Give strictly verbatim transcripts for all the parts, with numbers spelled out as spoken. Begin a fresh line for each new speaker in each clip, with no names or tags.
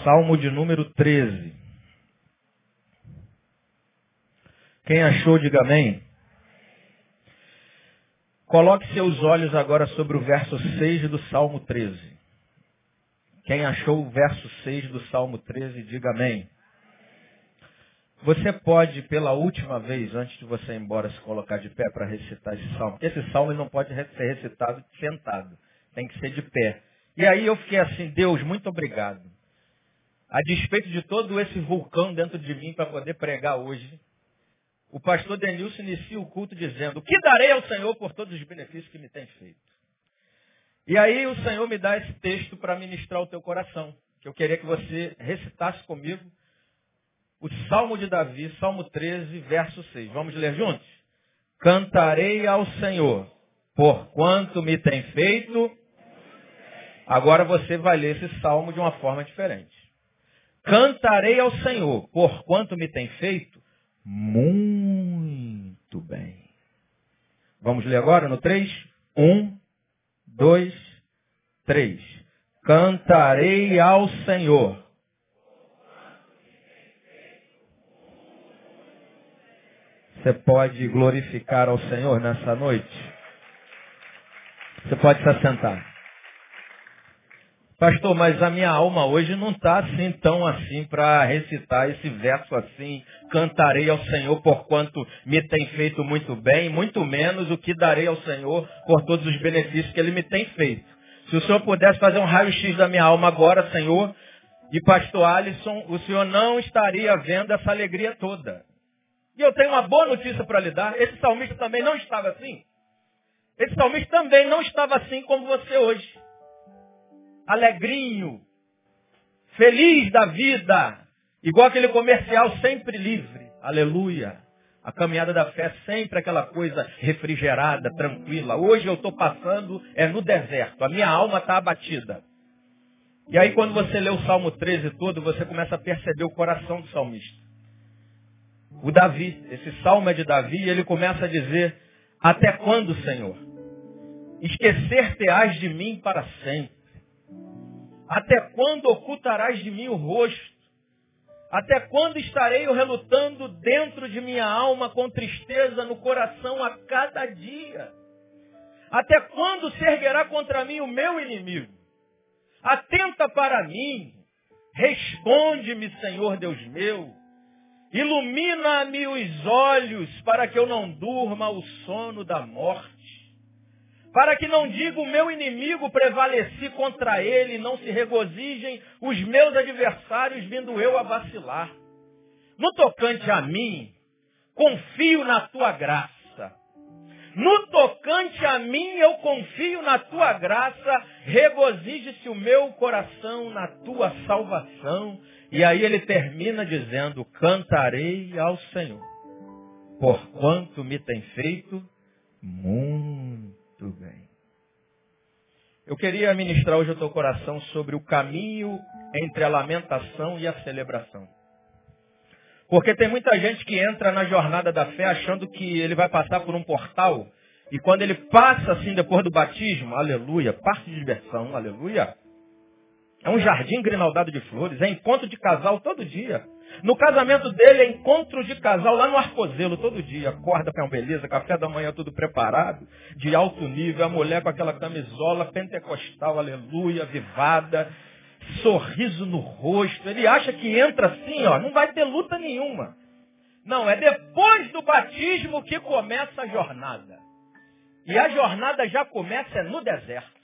Salmo de número treze. Quem achou, diga amém. Coloque seus olhos agora sobre o verso seis do Salmo treze. Quem achou o verso seis do Salmo treze, diga amém. Você pode, pela última vez, antes de você ir embora, se colocar de pé para recitar esse salmo. Porque esse salmo ele não pode ser recitado sentado. Tem que ser de pé. E aí eu fiquei assim, Deus, muito obrigado. A despeito de todo esse vulcão dentro de mim para poder pregar hoje, o pastor Denilson inicia o culto dizendo, o que darei ao Senhor por todos os benefícios que me tem feito? E aí o Senhor me dá esse texto para ministrar o teu coração, que eu queria que você recitasse comigo o Salmo de Davi, Salmo treze, verso seis. Vamos ler juntos? Cantarei ao Senhor, porquanto me tem feito. Agora você vai ler esse salmo de uma forma diferente. Cantarei ao Senhor, porquanto me tem feito muito bem. Vamos ler agora no três? Um, dois, três. Cantarei ao Senhor. Você pode glorificar ao Senhor nessa noite? Você pode se assentar. Pastor, mas a minha alma hoje não está assim tão assim para recitar esse verso assim. Cantarei ao Senhor porquanto me tem feito muito bem, muito menos o que darei ao Senhor por todos os benefícios que Ele me tem feito. Se o Senhor pudesse fazer um raio-x da minha alma agora, Senhor, e pastor Alisson, o Senhor não estaria vendo essa alegria toda. E eu tenho uma boa notícia para lhe dar. Esse salmista também não estava assim. Esse salmista também não estava assim como você hoje. Alegrinho, feliz da vida, igual aquele comercial sempre livre, aleluia. A caminhada da fé sempre aquela coisa refrigerada, tranquila. Hoje eu estou passando é no deserto, a minha alma está abatida. E aí quando você lê o Salmo treze todo, você começa a perceber o coração do salmista. O Davi, esse salmo é de Davi, e ele começa a dizer, até quando, Senhor? Esquecer-te-ás de mim para sempre. Até quando ocultarás de mim o rosto? Até quando estarei eu relutando dentro de minha alma com tristeza no coração a cada dia? Até quando se erguerá contra mim o meu inimigo? Atenta para mim, responde-me, Senhor Deus meu. Ilumina-me os olhos para que eu não durma o sono da morte. Para que não diga o meu inimigo prevaleci contra ele, não se regozijem os meus adversários, vindo eu a vacilar. No tocante a mim, confio na tua graça. No tocante a mim, eu confio na tua graça, regozije-se o meu coração na tua salvação. E aí ele termina dizendo, cantarei ao Senhor, porquanto me tem feito muito bem. Eu queria ministrar hoje ao teu coração sobre o caminho entre a lamentação e a celebração. Porque tem muita gente que entra na jornada da fé achando que ele vai passar por um portal e quando ele passa assim depois do batismo, aleluia, parte de diversão, aleluia. É um jardim grinaldado de flores, é encontro de casal todo dia. No casamento dele é encontro de casal lá no Arcozelo todo dia. Acorda com uma beleza, café da manhã tudo preparado, de alto nível, a mulher com aquela camisola pentecostal, aleluia, avivada, sorriso no rosto. Ele acha que entra assim, ó, não vai ter luta nenhuma. Não, é depois do batismo que começa a jornada. E a jornada já começa no deserto.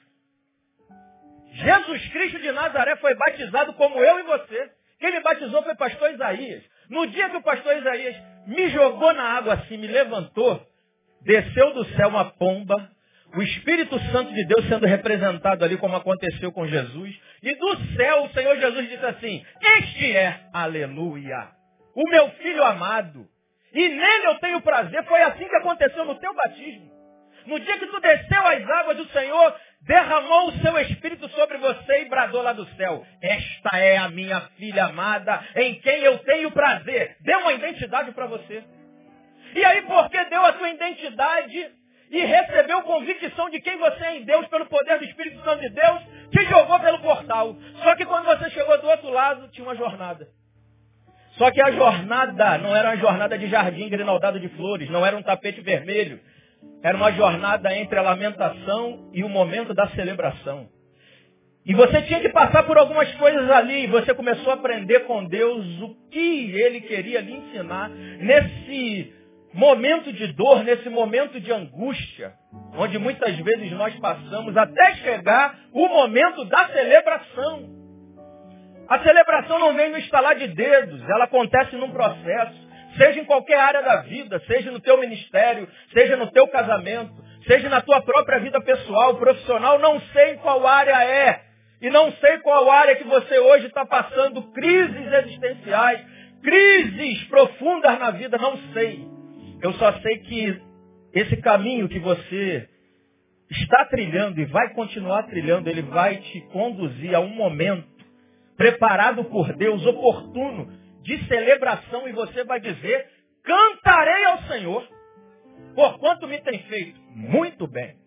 Jesus Cristo de Nazaré foi batizado como eu e você. Quem me batizou foi o pastor Isaías. No dia que o pastor Isaías me jogou na água assim, me levantou, desceu do céu uma pomba, o Espírito Santo de Deus sendo representado ali como aconteceu com Jesus. E do céu o Senhor Jesus disse assim, este é, aleluia, o meu filho amado. E nele eu tenho prazer. Foi assim que aconteceu no teu batismo. No dia que tu desceu às águas, o Senhor derramou o seu Espírito sobre você e bradou lá do céu. Esta é a minha filha amada, em quem eu tenho prazer. Deu uma identidade para você. E aí, porque deu a sua identidade, e recebeu convicção de quem você é em Deus pelo poder do Espírito Santo de Deus, te jogou pelo portal. Só que quando você chegou do outro lado, tinha uma jornada. Só que a jornada não era uma jornada de jardim grinaldado de flores, não era um tapete vermelho. Era uma jornada entre a lamentação e o momento da celebração. E você tinha que passar por algumas coisas ali. E você começou a aprender com Deus o que Ele queria lhe ensinar nesse momento de dor, nesse momento de angústia, onde muitas vezes nós passamos até chegar o momento da celebração. A celebração não vem no estalar de dedos, ela acontece num processo. Seja em qualquer área da vida, seja no teu ministério, seja no teu casamento, seja na tua própria vida pessoal, profissional, não sei em qual área é. E não sei qual área que você hoje está passando crises existenciais, crises profundas na vida, não sei. Eu só sei que esse caminho que você está trilhando e vai continuar trilhando, ele vai te conduzir a um momento preparado por Deus, oportuno, de celebração, e você vai dizer, cantarei ao Senhor, porquanto me tem feito muito bem.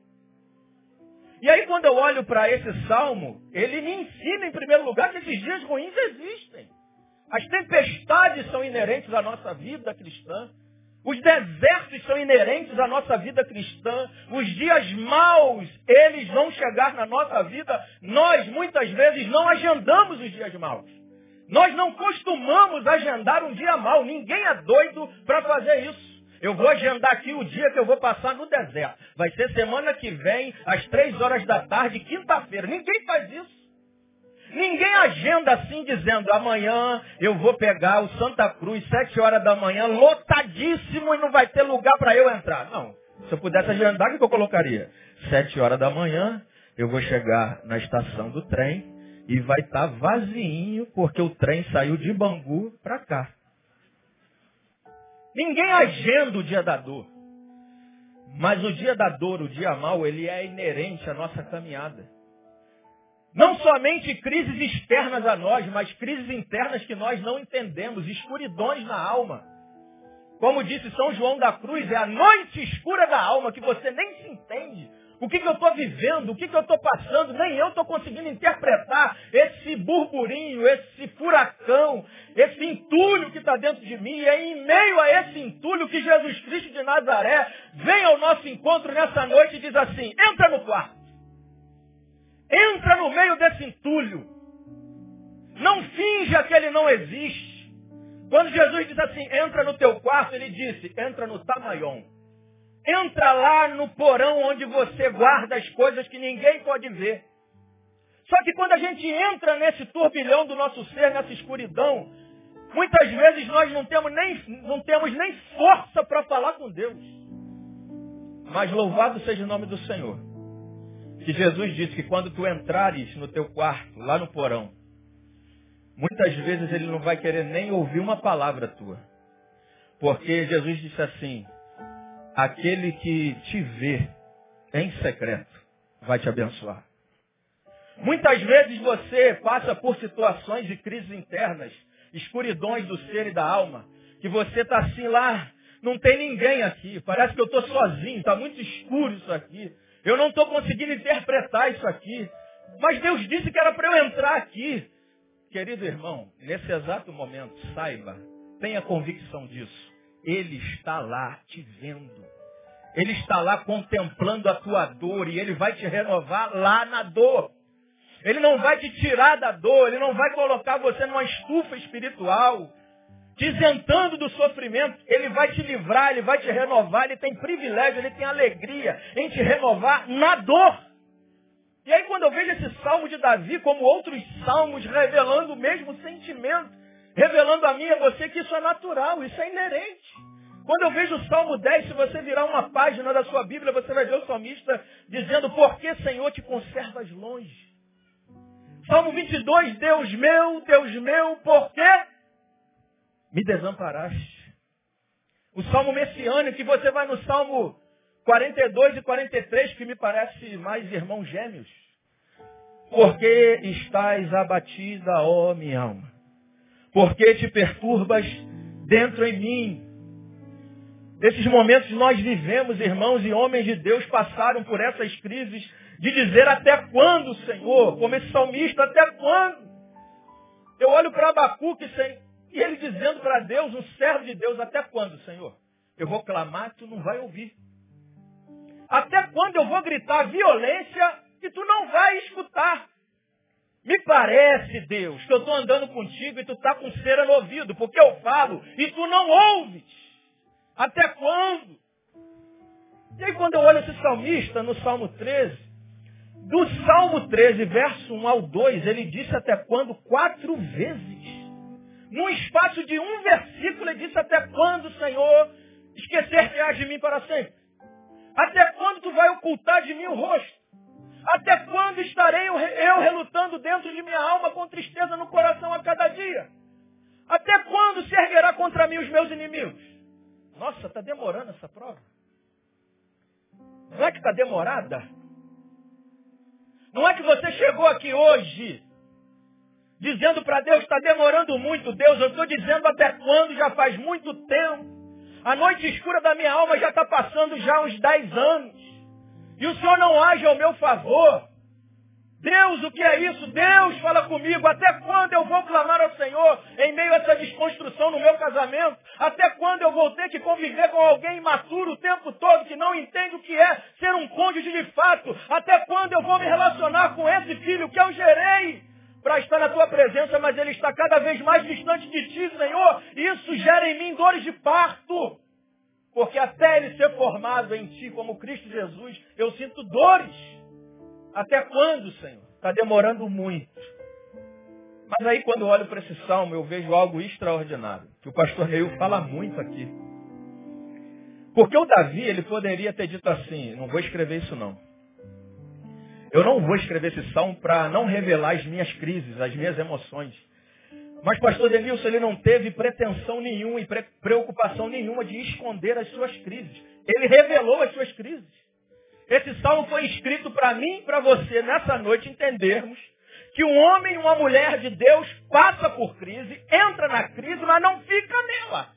E aí quando eu olho para esse salmo, ele me ensina em primeiro lugar que esses dias ruins existem. As tempestades são inerentes à nossa vida cristã. Os desertos são inerentes à nossa vida cristã. Os dias maus, eles vão chegar na nossa vida. Nós, muitas vezes, não agendamos os dias maus. Nós não costumamos agendar um dia mau. Ninguém é doido para fazer isso. Eu vou agendar aqui o dia que eu vou passar no deserto. Vai ser semana que vem, às três horas da tarde, quinta-feira. Ninguém faz isso. Ninguém agenda assim, dizendo, amanhã eu vou pegar o Santa Cruz, sete horas da manhã, lotadíssimo e não vai ter lugar para eu entrar. Não. Se eu pudesse agendar, o que eu colocaria? Sete horas da manhã, eu vou chegar na estação do trem e vai estar vazinho, porque o trem saiu de Bangu para cá. Ninguém agenda o dia da dor. Mas o dia da dor, o dia mau, ele é inerente à nossa caminhada. Não somente crises externas a nós, mas crises internas que nós não entendemos, escuridões na alma. Como disse São João da Cruz, é a noite escura da alma que você nem se entende. O que, que eu estou vivendo, o que, que eu estou passando, nem eu estou conseguindo interpretar esse burburinho, esse furacão, esse entulho que está dentro de mim. E é em meio a esse entulho que Jesus Cristo de Nazaré vem ao nosso encontro nessa noite e diz assim, entra no quarto. Entra no meio desse entulho. Não finja que ele não existe. Quando Jesus diz assim, entra no teu quarto, ele disse, entra no tamaion. Entra lá no porão onde você guarda as coisas que ninguém pode ver. Só que quando a gente entra nesse turbilhão do nosso ser, nessa escuridão, muitas vezes nós não temos nem, não temos nem força para falar com Deus. Mas louvado seja o nome do Senhor. Que Jesus disse que quando tu entrares no teu quarto, lá no porão, muitas vezes ele não vai querer nem ouvir uma palavra tua. Porque Jesus disse assim, aquele que te vê em secreto vai te abençoar. Muitas vezes você passa por situações de crises internas, escuridões do ser e da alma, que você está assim lá, não tem ninguém aqui, parece que eu estou sozinho, está muito escuro isso aqui, eu não estou conseguindo interpretar isso aqui, mas Deus disse que era para eu entrar aqui. Querido irmão, nesse exato momento, saiba, tenha convicção disso, Ele está lá te vendo. Ele está lá contemplando a tua dor e Ele vai te renovar lá na dor. Ele não vai te tirar da dor, Ele não vai colocar você numa estufa espiritual, te isentando do sofrimento. Ele vai te livrar, Ele vai te renovar, Ele tem privilégio, Ele tem alegria em te renovar na dor. E aí quando eu vejo esse salmo de Davi, como outros salmos, revelando o mesmo sentimento, revelando a mim e a você que isso é natural, isso é inerente. Quando eu vejo o Salmo dez, se você virar uma página da sua Bíblia, você vai ver o salmista dizendo, por que, Senhor, te conservas longe? Salmo vinte e dois, Deus meu, Deus meu, por que me desamparaste? O Salmo messiânico, que você vai no Salmo quarenta e dois e quarenta e três, que me parece mais irmãos gêmeos. Por que estás abatida, ó minha alma? Por que te perturbas dentro em mim? Esses momentos nós vivemos, irmãos e homens de Deus passaram por essas crises de dizer até quando, Senhor, como esse salmista, até quando? Eu olho para Abacuque e ele dizendo para Deus, um servo de Deus, até quando, Senhor? Eu vou clamar, tu não vai ouvir. Até quando eu vou gritar violência e tu não vai escutar? Me parece, Deus, que eu estou andando contigo e tu está com cera no ouvido, porque eu falo e tu não ouves. Até quando? E aí quando eu olho esse salmista no Salmo treze, do Salmo treze, verso um ao dois, ele disse até quando? Quatro vezes. Num espaço de um versículo, ele disse até quando, Senhor, esquecer-te-ás de mim para sempre? Até quando tu vai ocultar de mim o rosto? Até quando estarei eu, eu relutando dentro de minha alma com tristeza no coração a cada dia? Até quando se erguerá contra mim os meus inimigos? Nossa, está demorando essa prova. Não é que está demorada? Não é que você chegou aqui hoje dizendo para Deus, está demorando muito, Deus, eu estou dizendo até quando, já faz muito tempo. A noite escura da minha alma já está passando já uns dez anos. E o Senhor não age ao meu favor. Deus, o que é isso? Deus, fala comigo. Até quando eu vou clamar ao Senhor em meio a essa desconstrução no meu casamento? Até quando eu vou ter que conviver com alguém imaturo o tempo todo que não entende o que é ser um cônjuge de fato? Até quando eu vou me relacionar com esse filho que eu gerei para estar na tua presença, mas ele está cada vez mais distante de ti, Senhor? Isso gera em mim dores de parto. Porque até ele ser formado em ti como Cristo Jesus, eu sinto dores. Até quando, Senhor? Está demorando muito. Mas aí quando eu olho para esse salmo, eu vejo algo extraordinário. Que o pastor Neil fala muito aqui. Porque o Davi, ele poderia ter dito assim, não vou escrever isso não. Eu não vou escrever esse salmo para não revelar as minhas crises, as minhas emoções. Mas pastor Denilson, ele não teve pretensão nenhuma e pre- preocupação nenhuma de esconder as suas crises. Ele revelou as suas crises. Esse salmo foi escrito para mim e para você, nessa noite, entendermos que um homem e uma mulher de Deus passa por crise, entra na crise, mas não fica nela.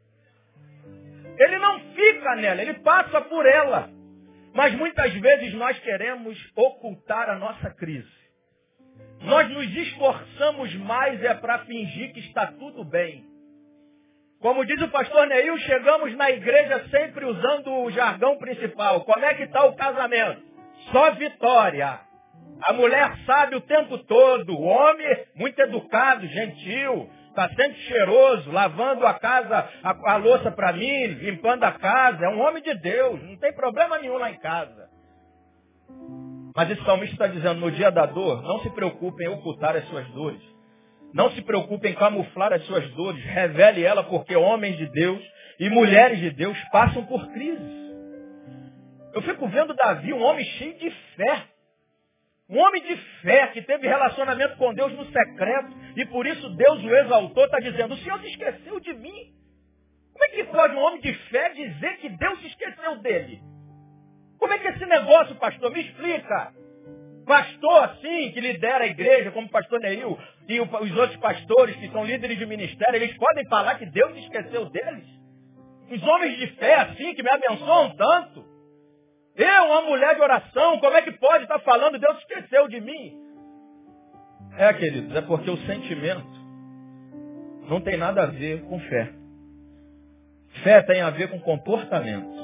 Ele não fica nela, ele passa por ela. Mas muitas vezes nós queremos ocultar a nossa crise. Nós nos esforçamos mais é para fingir que está tudo bem. Como diz o pastor Neil, chegamos na igreja sempre usando o jargão principal. Como é que está o casamento? Só vitória. A mulher sabe o tempo todo. O homem muito educado, gentil, está sempre cheiroso, lavando a casa, a, a louça para mim, limpando a casa. É um homem de Deus, não tem problema nenhum lá em casa. Mas esse salmista está dizendo, no dia da dor, não se preocupem em ocultar as suas dores. Não se preocupem em camuflar as suas dores. Revele ela, porque homens de Deus e mulheres de Deus passam por crises. Eu fico vendo Davi, um homem cheio de fé. Um homem de fé que teve relacionamento com Deus no secreto. E por isso Deus o exaltou, está dizendo, o Senhor se esqueceu de mim. Como é que pode um homem de fé dizer que Deus se esqueceu dele? Como é que é esse negócio, pastor? Me explica. Pastor, assim, que lidera a igreja, como o pastor Neil, e os outros pastores que são líderes de ministério, eles podem falar que Deus se esqueceu deles? Os homens de fé, assim, que me abençoam tanto. Eu, uma mulher de oração, como é que pode estar falando, Deus se esqueceu de mim? É, queridos, é porque o sentimento não tem nada a ver com fé. Fé tem a ver com comportamento.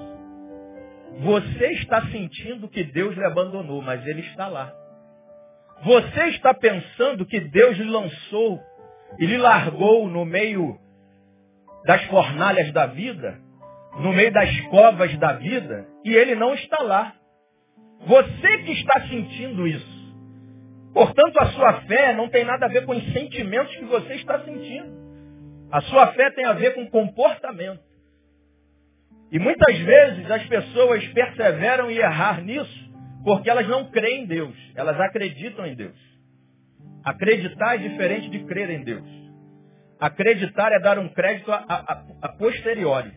Você está sentindo que Deus lhe abandonou, mas Ele está lá. Você está pensando que Deus lhe lançou e lhe largou no meio das fornalhas da vida, no meio das covas da vida, e Ele não está lá. Você que está sentindo isso. Portanto, a sua fé não tem nada a ver com os sentimentos que você está sentindo. A sua fé tem a ver com comportamento. E muitas vezes as pessoas perseveram em errar nisso porque elas não creem em Deus. Elas acreditam em Deus. Acreditar é diferente de crer em Deus. Acreditar é dar um crédito a, a, a posteriori.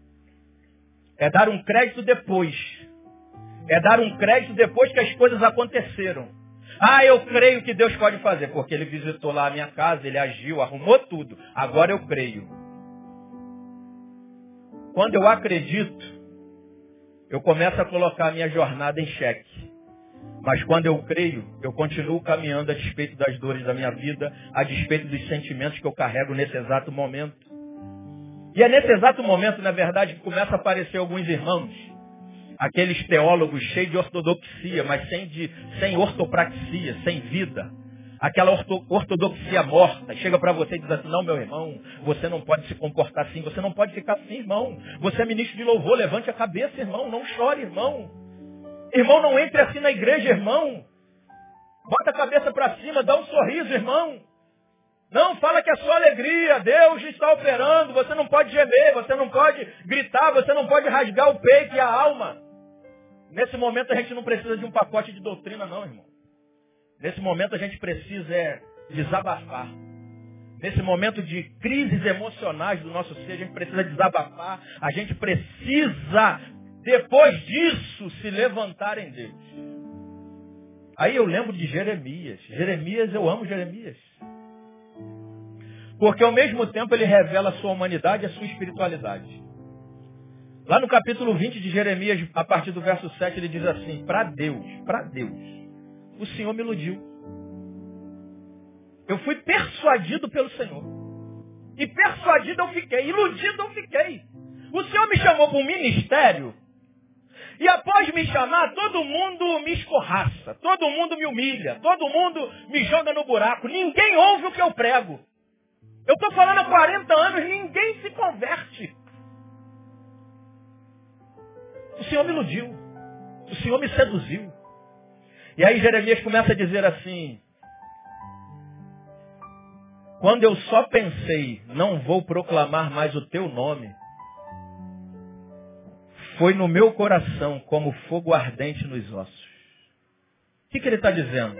É dar um crédito depois. É dar um crédito depois que as coisas aconteceram. Ah, eu creio que Deus pode fazer, porque Ele visitou lá a minha casa, Ele agiu, arrumou tudo. Agora eu creio. Quando eu acredito, eu começo a colocar a minha jornada em xeque. Mas quando eu creio, eu continuo caminhando a despeito das dores da minha vida, a despeito dos sentimentos que eu carrego nesse exato momento. E é nesse exato momento, na verdade, que começa a aparecer alguns irmãos, aqueles teólogos cheios de ortodoxia, mas sem, de, sem ortopraxia, sem vida. Aquela orto, ortodoxia morta. Chega para você e diz assim, não, meu irmão, você não pode se comportar assim, você não pode ficar assim, irmão. Você é ministro de louvor, levante a cabeça, irmão, não chore, irmão. Irmão, não entre assim na igreja, irmão. Bota a cabeça para cima, dá um sorriso, irmão. Não, fala que é só alegria, Deus está operando, você não pode gemer, você não pode gritar, você não pode rasgar o peito e a alma. Nesse momento a gente não precisa de um pacote de doutrina, não, irmão. Nesse momento a gente precisa é desabafar. Nesse momento de crises emocionais do nosso ser, a gente precisa desabafar. A gente precisa, depois disso, se levantar em Deus. Aí eu lembro de Jeremias. Jeremias, eu amo Jeremias. Porque ao mesmo tempo ele revela a sua humanidade e a sua espiritualidade. Lá no capítulo vinte de Jeremias, a partir do verso sete, ele diz assim, para Deus, para Deus, o Senhor me iludiu. Eu fui persuadido pelo Senhor. E persuadido eu fiquei, iludido eu fiquei. O Senhor me chamou para um ministério. E após me chamar, todo mundo me escorraça. Todo mundo me humilha. Todo mundo me joga no buraco. Ninguém ouve o que eu prego. Eu estou falando há quarenta anos, ninguém se converte. O Senhor me iludiu. O Senhor me seduziu. E aí Jeremias começa a dizer assim, quando eu só pensei, não vou proclamar mais o teu nome, foi no meu coração como fogo ardente nos ossos. O que, que ele está dizendo?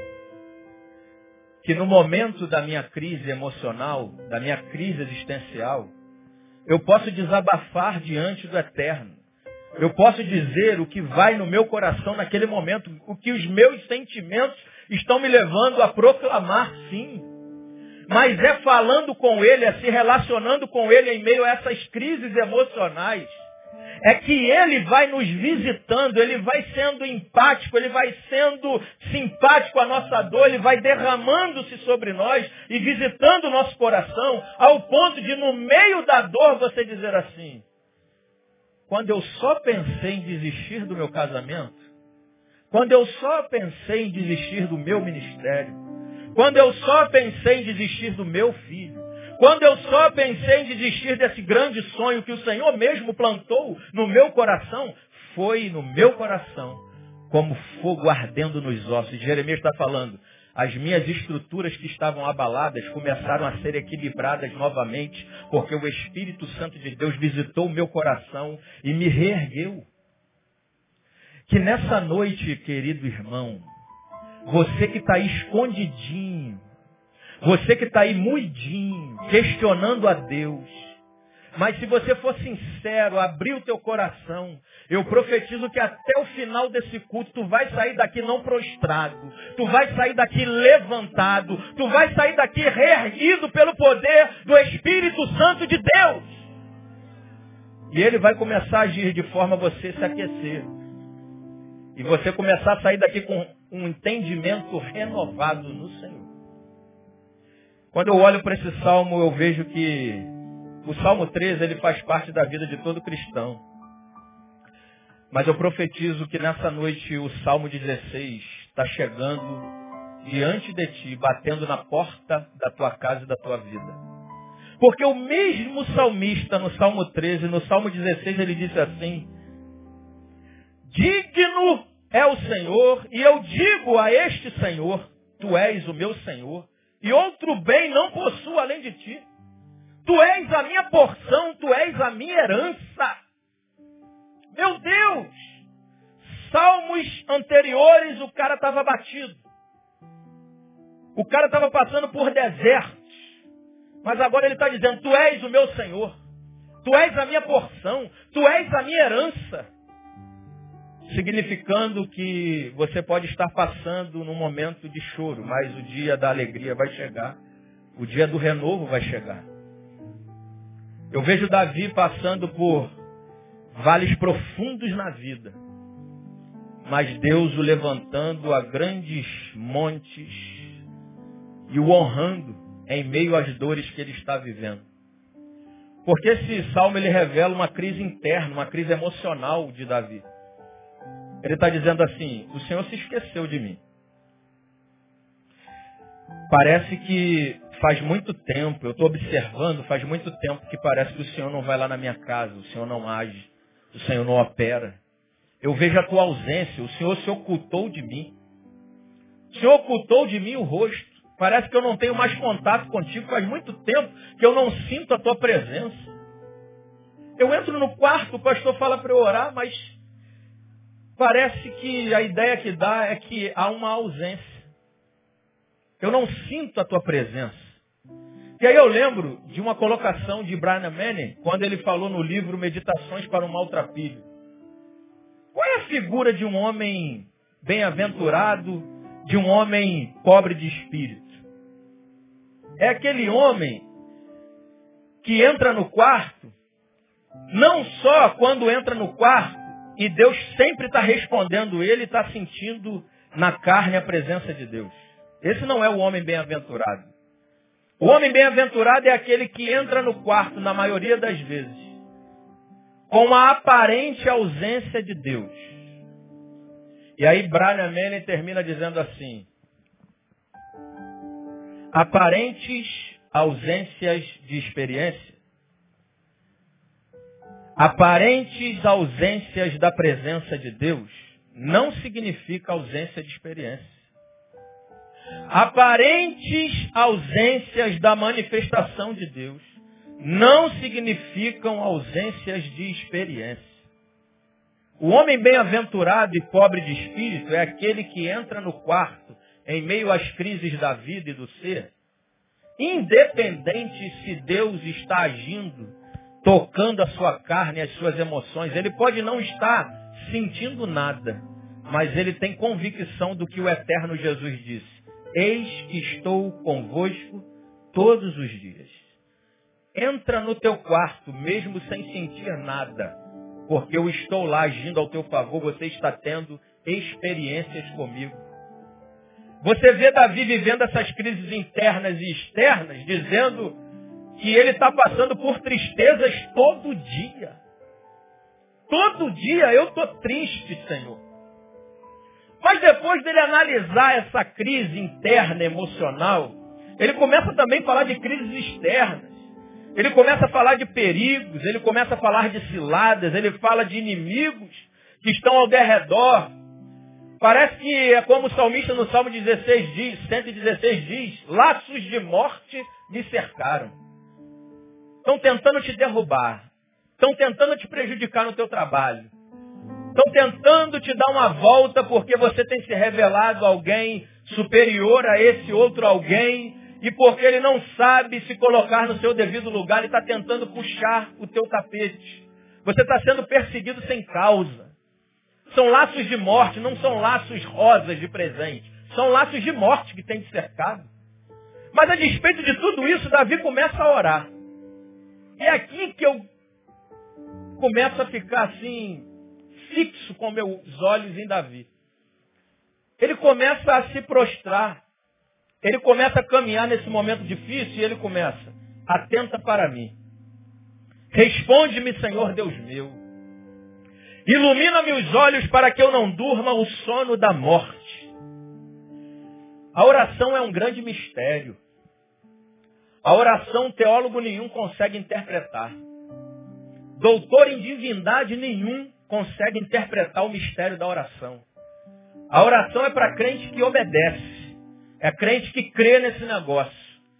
Que no momento da minha crise emocional, da minha crise existencial, eu posso desabafar diante do Eterno. Eu posso dizer o que vai no meu coração naquele momento, o que os meus sentimentos estão me levando a proclamar, sim. Mas é falando com Ele, é se relacionando com Ele em meio a essas crises emocionais. É que Ele vai nos visitando, Ele vai sendo empático, Ele vai sendo simpático à nossa dor, Ele vai derramando-se sobre nós e visitando o nosso coração, ao ponto de no meio da dor você dizer assim, quando eu só pensei em desistir do meu casamento, quando eu só pensei em desistir do meu ministério, quando eu só pensei em desistir do meu filho, quando eu só pensei em desistir desse grande sonho que o Senhor mesmo plantou no meu coração, foi no meu coração como fogo ardendo nos ossos. Jeremias está falando, as minhas estruturas que estavam abaladas começaram a ser equilibradas novamente, porque o Espírito Santo de Deus visitou o meu coração e me reergueu. Que nessa noite, querido irmão, você que está aí escondidinho, você que está aí muidinho, questionando a Deus, mas se você for sincero, abrir o teu coração, eu profetizo que até o final desse culto, tu vai sair daqui não prostrado, tu vai sair daqui levantado, tu vai sair daqui reerguido pelo poder do Espírito Santo de Deus. E Ele vai começar a agir de forma a você se aquecer. E você começar a sair daqui com um entendimento renovado no Senhor. Quando eu olho para esse salmo, eu vejo que o Salmo treze, ele faz parte da vida de todo cristão. Mas eu profetizo que nessa noite o Salmo dezesseis está chegando diante de ti, batendo na porta da tua casa e da tua vida. Porque o mesmo salmista no Salmo treze, no Salmo dezesseis, ele disse assim, digno é o Senhor, e eu digo a este Senhor, tu és o meu Senhor, e outro bem não possuo além de ti. Tu és a minha porção, tu és a minha herança. Meu Deus! Salmos anteriores, o cara estava batido. O cara estava passando por desertos. Mas agora ele está dizendo, tu és o meu Senhor. Tu és a minha porção. Tu és a minha herança. Significando que você pode estar passando num momento de choro, mas o dia da alegria vai chegar. O dia do renovo vai chegar. Eu vejo Davi passando por vales profundos na vida, mas Deus o levantando a grandes montes e o honrando em meio às dores que ele está vivendo. Porque esse salmo ele revela uma crise interna, uma crise emocional de Davi. Ele está dizendo assim: o Senhor se esqueceu de mim. Parece que faz muito tempo, eu estou observando, faz muito tempo que parece que o Senhor não vai lá na minha casa, o Senhor não age, o Senhor não opera. Eu vejo a tua ausência, o Senhor se ocultou de mim. O Senhor ocultou de mim o rosto. Parece que eu não tenho mais contato contigo, faz muito tempo que eu não sinto a tua presença. Eu entro no quarto, o pastor fala para eu orar, mas parece que a ideia que dá é que há uma ausência. Eu não sinto a tua presença. E aí eu lembro de uma colocação de Brian Manning, quando ele falou no livro Meditações para um Maltrapilho. Qual é a figura de um homem bem-aventurado, de um homem pobre de espírito? É aquele homem que entra no quarto, não só quando entra no quarto, e Deus sempre está respondendo ele, está sentindo na carne a presença de Deus. Esse não é o homem bem-aventurado. O homem bem-aventurado é aquele que entra no quarto, na maioria das vezes, com a aparente ausência de Deus. E aí Brian Manning termina dizendo assim: aparentes ausências de experiência, aparentes ausências da presença de Deus, não significa ausência de experiência. Aparentes ausências da manifestação de Deus não significam ausências de experiência. O homem bem-aventurado e pobre de espírito é aquele que entra no quarto em meio às crises da vida e do ser, independente se Deus está agindo, tocando a sua carne e as suas emoções. Ele pode não estar sentindo nada, mas ele tem convicção do que o eterno Jesus disse: eis que estou convosco todos os dias. Entra no teu quarto, mesmo sem sentir nada, porque eu estou lá agindo ao teu favor, você está tendo experiências comigo. Você vê Davi vivendo essas crises internas e externas, dizendo que ele está passando por tristezas todo dia. Todo dia eu estou triste, Senhor. Mas depois dele analisar essa crise interna emocional, ele começa também a falar de crises externas. Ele começa a falar de perigos, ele começa a falar de ciladas, ele fala de inimigos que estão ao derredor. Parece que é como o salmista no Salmo dezesseis diz, cento e dezesseis diz: laços de morte me cercaram. Estão tentando te derrubar. Estão tentando te prejudicar no teu trabalho. Estão tentando te dar uma volta porque você tem se revelado alguém superior a esse outro alguém e porque ele não sabe se colocar no seu devido lugar, ele está tentando puxar o teu tapete. Você está sendo perseguido sem causa. São laços de morte, não são laços rosas de presente. São laços de morte que tem te cercado. Mas a despeito de tudo isso, Davi começa a orar. E é aqui que eu começo a ficar assim, fixo com meus olhos em Davi. Ele começa a se prostrar. Ele começa a caminhar nesse momento difícil e ele começa: atenta para mim. Responde-me, Senhor Deus meu. Ilumina-me os olhos para que eu não durma o sono da morte. A oração é um grande mistério. A oração teólogo nenhum consegue interpretar. Doutor em divindade nenhum consegue interpretar o mistério da oração. A oração é para crente que obedece. É crente que crê nesse negócio.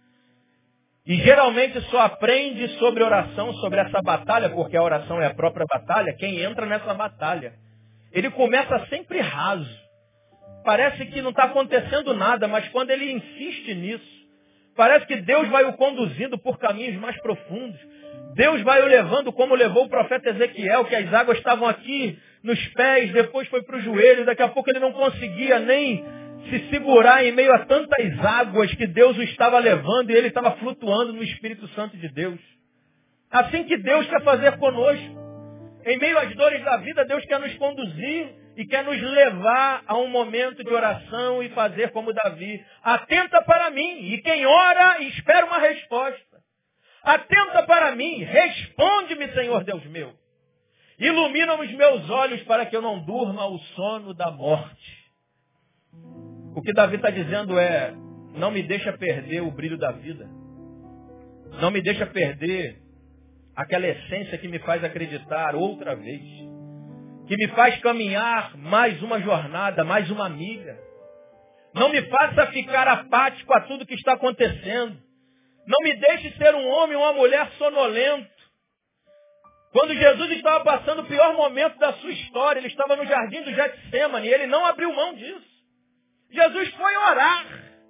E geralmente só aprende sobre oração, sobre essa batalha, porque a oração é a própria batalha, quem entra nessa batalha. Ele começa sempre raso. Parece que não está acontecendo nada, mas quando ele insiste nisso, parece que Deus vai o conduzindo por caminhos mais profundos. Deus vai o levando como levou o profeta Ezequiel, que as águas estavam aqui nos pés, depois foi para o joelho, daqui a pouco ele não conseguia nem se segurar em meio a tantas águas que Deus o estava levando e ele estava flutuando no Espírito Santo de Deus. Assim que Deus quer fazer conosco. Em meio às dores da vida, Deus quer nos conduzir e quer nos levar a um momento de oração e fazer como Davi. Atenta para mim, e quem ora espera uma resposta. Atenta para mim, responde-me, Senhor Deus meu. Ilumina os meus olhos para que eu não durma o sono da morte. O que Davi está dizendo é, não me deixa perder o brilho da vida. Não me deixa perder aquela essência que me faz acreditar outra vez. Que me faz caminhar mais uma jornada, mais uma milha. Não me faça ficar apático a tudo que está acontecendo. Não me deixe ser um homem ou uma mulher sonolento. Quando Jesus estava passando o pior momento da sua história, ele estava no jardim do Getsemane e ele não abriu mão disso. Jesus foi orar.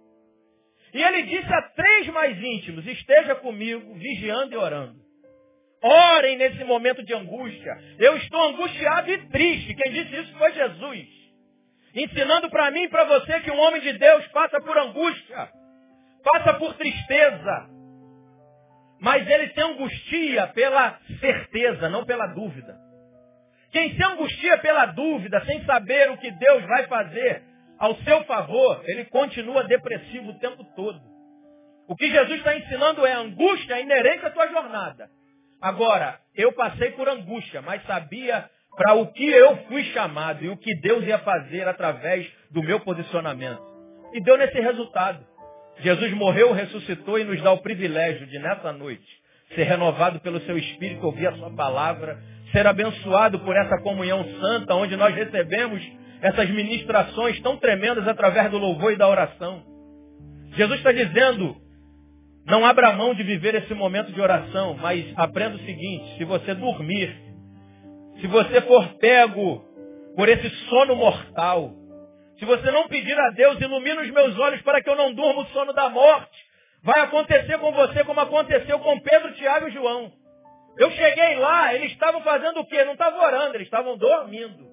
E ele disse a três mais íntimos, esteja comigo, vigiando e orando. Orem nesse momento de angústia. Eu estou angustiado e triste. Quem disse isso foi Jesus. Ensinando para mim e para você que um homem de Deus passa por angústia. Passa por tristeza. Mas ele se angustia pela certeza, não pela dúvida. Quem se angustia pela dúvida, sem saber o que Deus vai fazer ao seu favor, ele continua depressivo o tempo todo. O que Jesus está ensinando é angústia é inerente à tua jornada. Agora, eu passei por angústia, mas sabia para o que eu fui chamado e o que Deus ia fazer através do meu posicionamento. E deu nesse resultado. Jesus morreu, ressuscitou e nos dá o privilégio de, nessa noite, ser renovado pelo seu Espírito, ouvir a sua palavra, ser abençoado por essa comunhão santa, onde nós recebemos essas ministrações tão tremendas através do louvor e da oração. Jesus está dizendo, não abra mão de viver esse momento de oração, mas aprenda o seguinte, se você dormir, se você for pego por esse sono mortal, se você não pedir a Deus, ilumina os meus olhos para que eu não durma o sono da morte, vai acontecer com você como aconteceu com Pedro, Tiago e João. Eu cheguei lá, eles estavam fazendo o quê? Não estavam orando, eles estavam dormindo.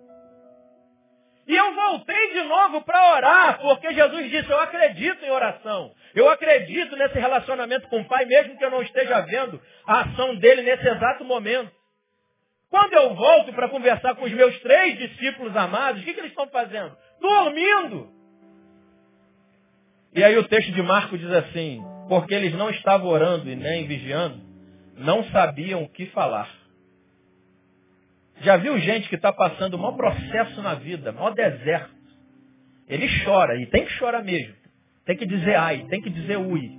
E eu voltei de novo para orar, porque Jesus disse, eu acredito em oração. Eu acredito nesse relacionamento com o Pai, mesmo que eu não esteja vendo a ação dele nesse exato momento. Quando eu volto para conversar com os meus três discípulos amados, o que, que eles estão fazendo? Dormindo. E aí o texto de Marcos diz assim, porque eles não estavam orando e nem vigiando, não sabiam o que falar. Já viu gente que está passando o maior processo na vida, o maior deserto. Ele chora, e tem que chorar mesmo. Tem que dizer ai, tem que dizer ui.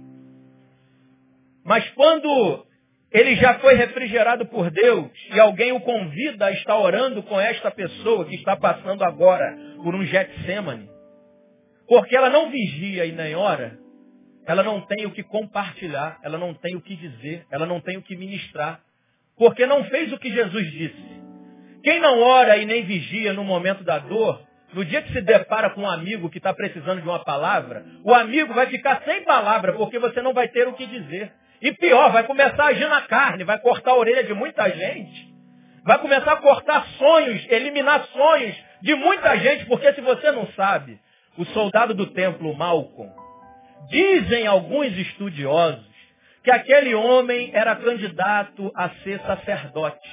Mas quando ele já foi refrigerado por Deus e alguém o convida a estar orando com esta pessoa que está passando agora por um Getsemane, porque ela não vigia e nem ora, ela não tem o que compartilhar, ela não tem o que dizer, ela não tem o que ministrar, porque não fez o que Jesus disse. Quem não ora e nem vigia no momento da dor, no dia que se depara com um amigo que está precisando de uma palavra, o amigo vai ficar sem palavra, porque você não vai ter o que dizer. E pior, vai começar a agir na carne, vai cortar a orelha de muita gente, vai começar a cortar sonhos, eliminar sonhos de muita gente, porque se você não sabe, o soldado do templo, Malcolm, dizem alguns estudiosos que aquele homem era candidato a ser sacerdote.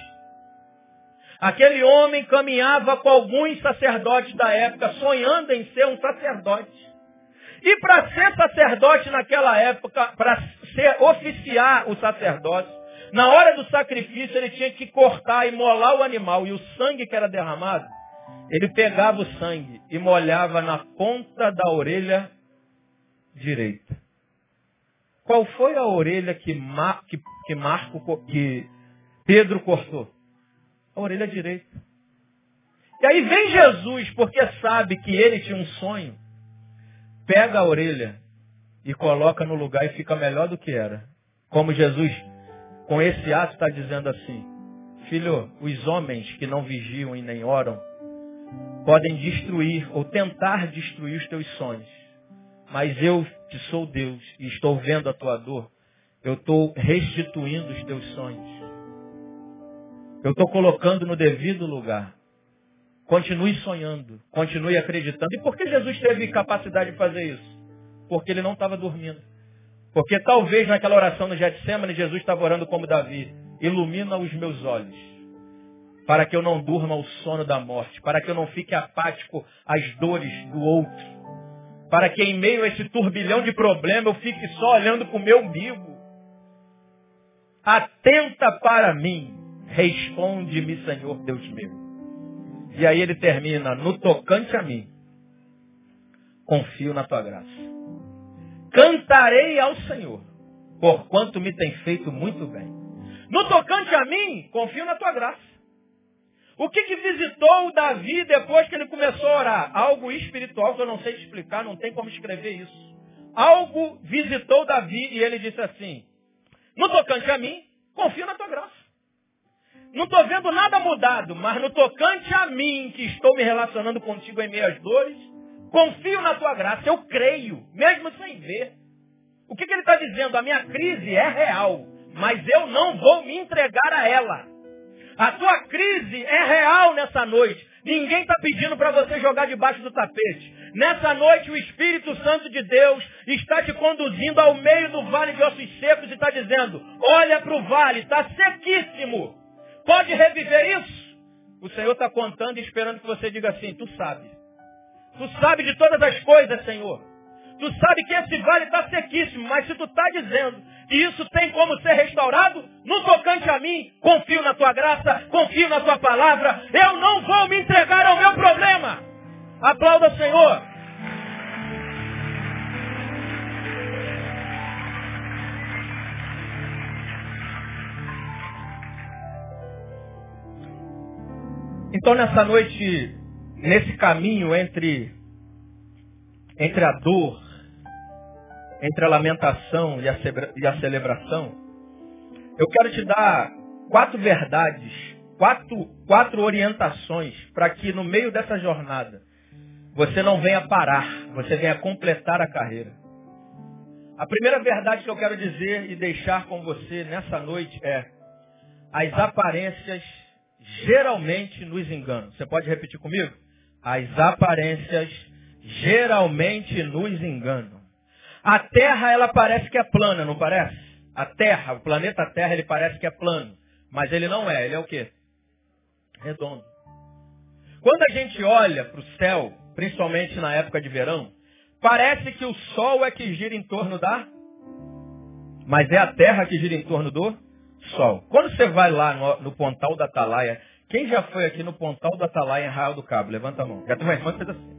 Aquele homem caminhava com alguns sacerdotes da época, sonhando em ser um sacerdote. E para ser sacerdote naquela época, para ser oficiar o sacerdócio, na hora do sacrifício ele tinha que cortar e molar o animal. E o sangue que era derramado, ele pegava o sangue e molhava na ponta da orelha direita. Qual foi a orelha que, Mar, que, que, Marco, que Pedro cortou? A orelha direita. E aí vem Jesus, porque sabe que ele tinha um sonho, pega a orelha e coloca no lugar e fica melhor do que era. Como Jesus, com esse ato, está dizendo assim, filho, os homens que não vigiam e nem oram, podem destruir ou tentar destruir os teus sonhos. Mas eu, que sou Deus e estou vendo a tua dor, eu estou restituindo os teus sonhos. Eu estou colocando no devido lugar. Continue sonhando, continue acreditando. E por que Jesus teve capacidade de fazer isso? Porque ele não estava dormindo. Porque talvez naquela oração no Getsemane, Jesus estava orando como Davi. Ilumina os meus olhos. para que eu não durma o sono da morte, para que eu não fique apático às dores do outro, para que em meio a esse turbilhão de problemas eu fique só olhando para o meu umbigo. Atenta para mim, responde-me, Senhor Deus meu. E aí ele termina, no tocante a mim, confio na tua graça. Cantarei ao Senhor, porquanto me tem feito muito bem. No tocante a mim, confio na tua graça. O que que visitou o Davi depois que ele começou a orar? Algo espiritual que eu não sei te explicar, não tem como escrever isso. Algo visitou o Davi e ele disse assim, no tocante a mim, confio na tua graça. Não estou vendo nada mudado, mas no tocante a mim, que estou me relacionando contigo em meio às dores, confio na tua graça, eu creio, mesmo sem ver. O que, que ele está dizendo? A minha crise é real, mas eu não vou me entregar a ela. A tua crise é real nessa noite. Ninguém está pedindo para você jogar debaixo do tapete. Nessa noite o Espírito Santo de Deus está te conduzindo ao meio do vale de ossos secos e está dizendo, olha para o vale, está sequíssimo. Pode reviver isso? O Senhor está contando e esperando que você diga assim, tu sabe. Tu sabe de todas as coisas, Senhor. Tu sabe que esse vale está sequíssimo, mas se tu está dizendo que isso tem como ser restaurado, no tocante a mim, confio na tua graça, confio na tua palavra, eu não vou me entregar ao meu problema. Aplauda o Senhor. Então nessa noite, nesse caminho entre, entre a dor, entre a lamentação e a, e a celebração, eu quero te dar quatro verdades, quatro, quatro orientações para que no meio dessa jornada você não venha parar, você venha completar a carreira. A primeira verdade que eu quero dizer e deixar com você nessa noite é: as aparências geralmente nos enganam. Você pode repetir comigo? As aparências geralmente nos enganam. A Terra, ela parece que é plana, não parece? A Terra, o planeta Terra, ele parece que é plano. Mas ele não é, ele é o quê? Redondo. Quando a gente olha para o céu, principalmente na época de verão, parece que o Sol é que gira em torno da... Mas é a Terra que gira em torno do Sol. Quando você vai lá no, no Pontal da Atalaia, quem já foi aqui no Pontal da Atalaia em Arraial do Cabo? Levanta a mão. Já tem uma irmã que fez assim.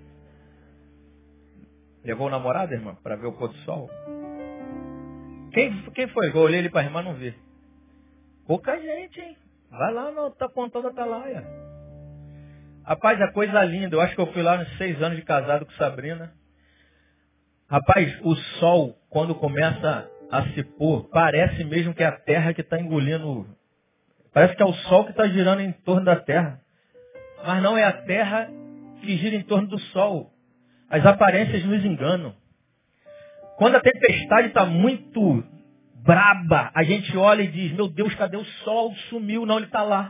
Levou o namorado, irmã, para ver o pôr do sol? Quem, quem foi? Eu olhei ali para a irmã, não vi. Pouca gente, hein? Vai lá no Pontal da Atalaia. Rapaz, a coisa linda. Eu acho que eu fui lá nos seis anos de casado com Sabrina. Rapaz, o sol, quando começa a se pôr, parece mesmo que é a terra que está engolindo. Parece que é o sol que está girando em torno da terra. Mas não é a terra que gira em torno do sol. As aparências nos enganam. Quando a tempestade está muito braba, a gente olha e diz, meu Deus, cadê o sol? Sumiu. Não, ele está lá.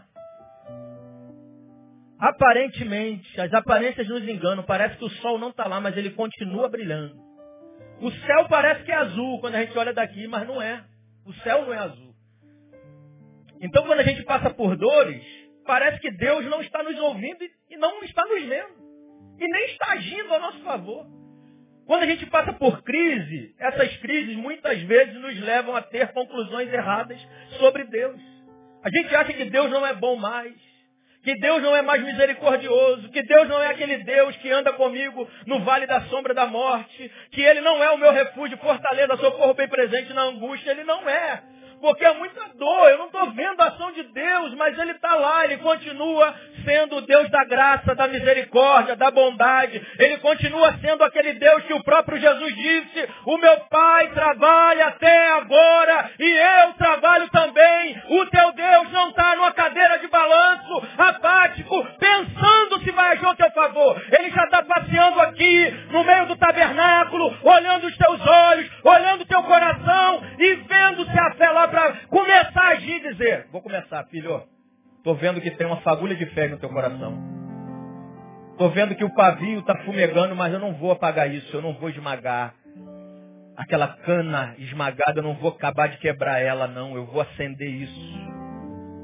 Aparentemente, as aparências nos enganam. Parece que o sol não está lá, mas ele continua brilhando. O céu parece que é azul quando a gente olha daqui, mas não é. O céu não é azul. Então, quando a gente passa por dores, parece que Deus não está nos ouvindo e não está nos vendo. E nem está agindo a nosso favor. Quando a gente passa por crise, essas crises muitas vezes nos levam a ter conclusões erradas sobre Deus. A gente acha que Deus não é bom mais, que Deus não é mais misericordioso, que Deus não é aquele Deus que anda comigo no vale da sombra da morte, que Ele não é o meu refúgio, fortaleza, socorro bem presente na angústia. Ele não é. Porque é muita dor, eu não estou vendo a ação de Deus, mas Ele está lá, Ele continua sendo o Deus da graça, da misericórdia, da bondade. Ele continua sendo aquele Deus que o próprio Jesus disse, o meu Pai trabalha até agora e eu trabalho também. O teu Deus não está numa cadeira de balanço, apático, pensando se vai agir ao teu favor. Ele já está passeando aqui, no meio do tabernáculo, olhando os teus olhos, olhando o teu coração e vendo se a fé lá para começar a agir e dizer, vou começar, filho, estou vendo que tem uma fagulha de fé no teu coração. Estou vendo que o pavio está fumegando, mas eu não vou apagar isso, eu não vou esmagar. Aquela cana esmagada, eu não vou acabar de quebrar ela, não, eu vou acender isso.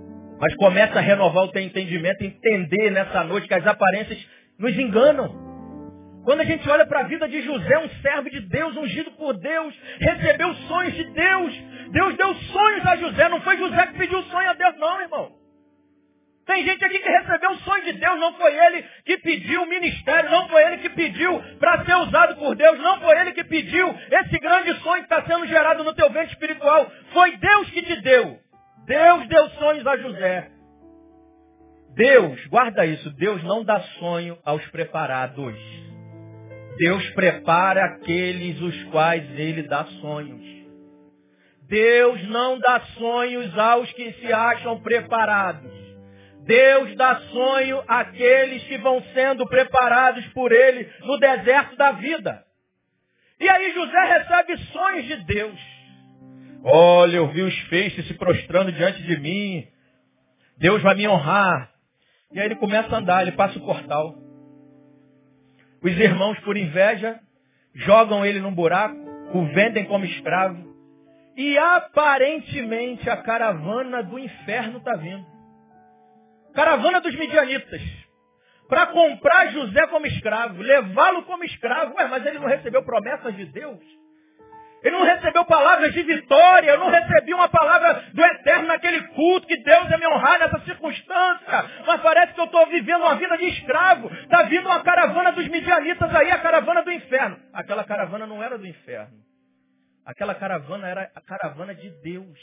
Mas começa a renovar o teu entendimento, entender nessa noite que as aparências nos enganam. Quando a gente olha para a vida de José, um servo de Deus, ungido por Deus, recebeu sonhos de Deus. Deus deu sonhos a José, não foi José que pediu sonho a Deus, não, irmão. Tem gente aqui que recebeu o sonho de Deus, não foi ele que pediu o ministério, não foi ele que pediu para ser usado por Deus, não foi ele que pediu esse grande sonho que está sendo gerado no teu ventre espiritual. Foi Deus que te deu. Deus deu sonhos a José. Deus, guarda isso, Deus não dá sonho aos preparados. Deus prepara aqueles os quais ele dá sonhos. Deus não dá sonhos aos que se acham preparados. Deus dá sonho àqueles que vão sendo preparados por ele no deserto da vida. E aí José recebe sonhos de Deus. Olha, eu vi os feixes se prostrando diante de mim. Deus vai me honrar. E aí ele começa a andar, ele passa o portal. Os irmãos, por inveja, jogam ele num buraco, o vendem como escravo. E aparentemente a caravana do inferno está vindo. Caravana dos midianitas. Para comprar José como escravo, levá-lo como escravo. Ué, mas ele não recebeu promessas de Deus? Ele não recebeu palavras de vitória? Eu não recebi uma palavra do Eterno naquele culto que Deus ia me honrar nessa circunstância? Mas parece que eu estou vivendo uma vida de escravo. Está vindo uma caravana dos midianitas aí, a caravana do inferno. Aquela caravana não era do inferno. Aquela caravana era a caravana de Deus.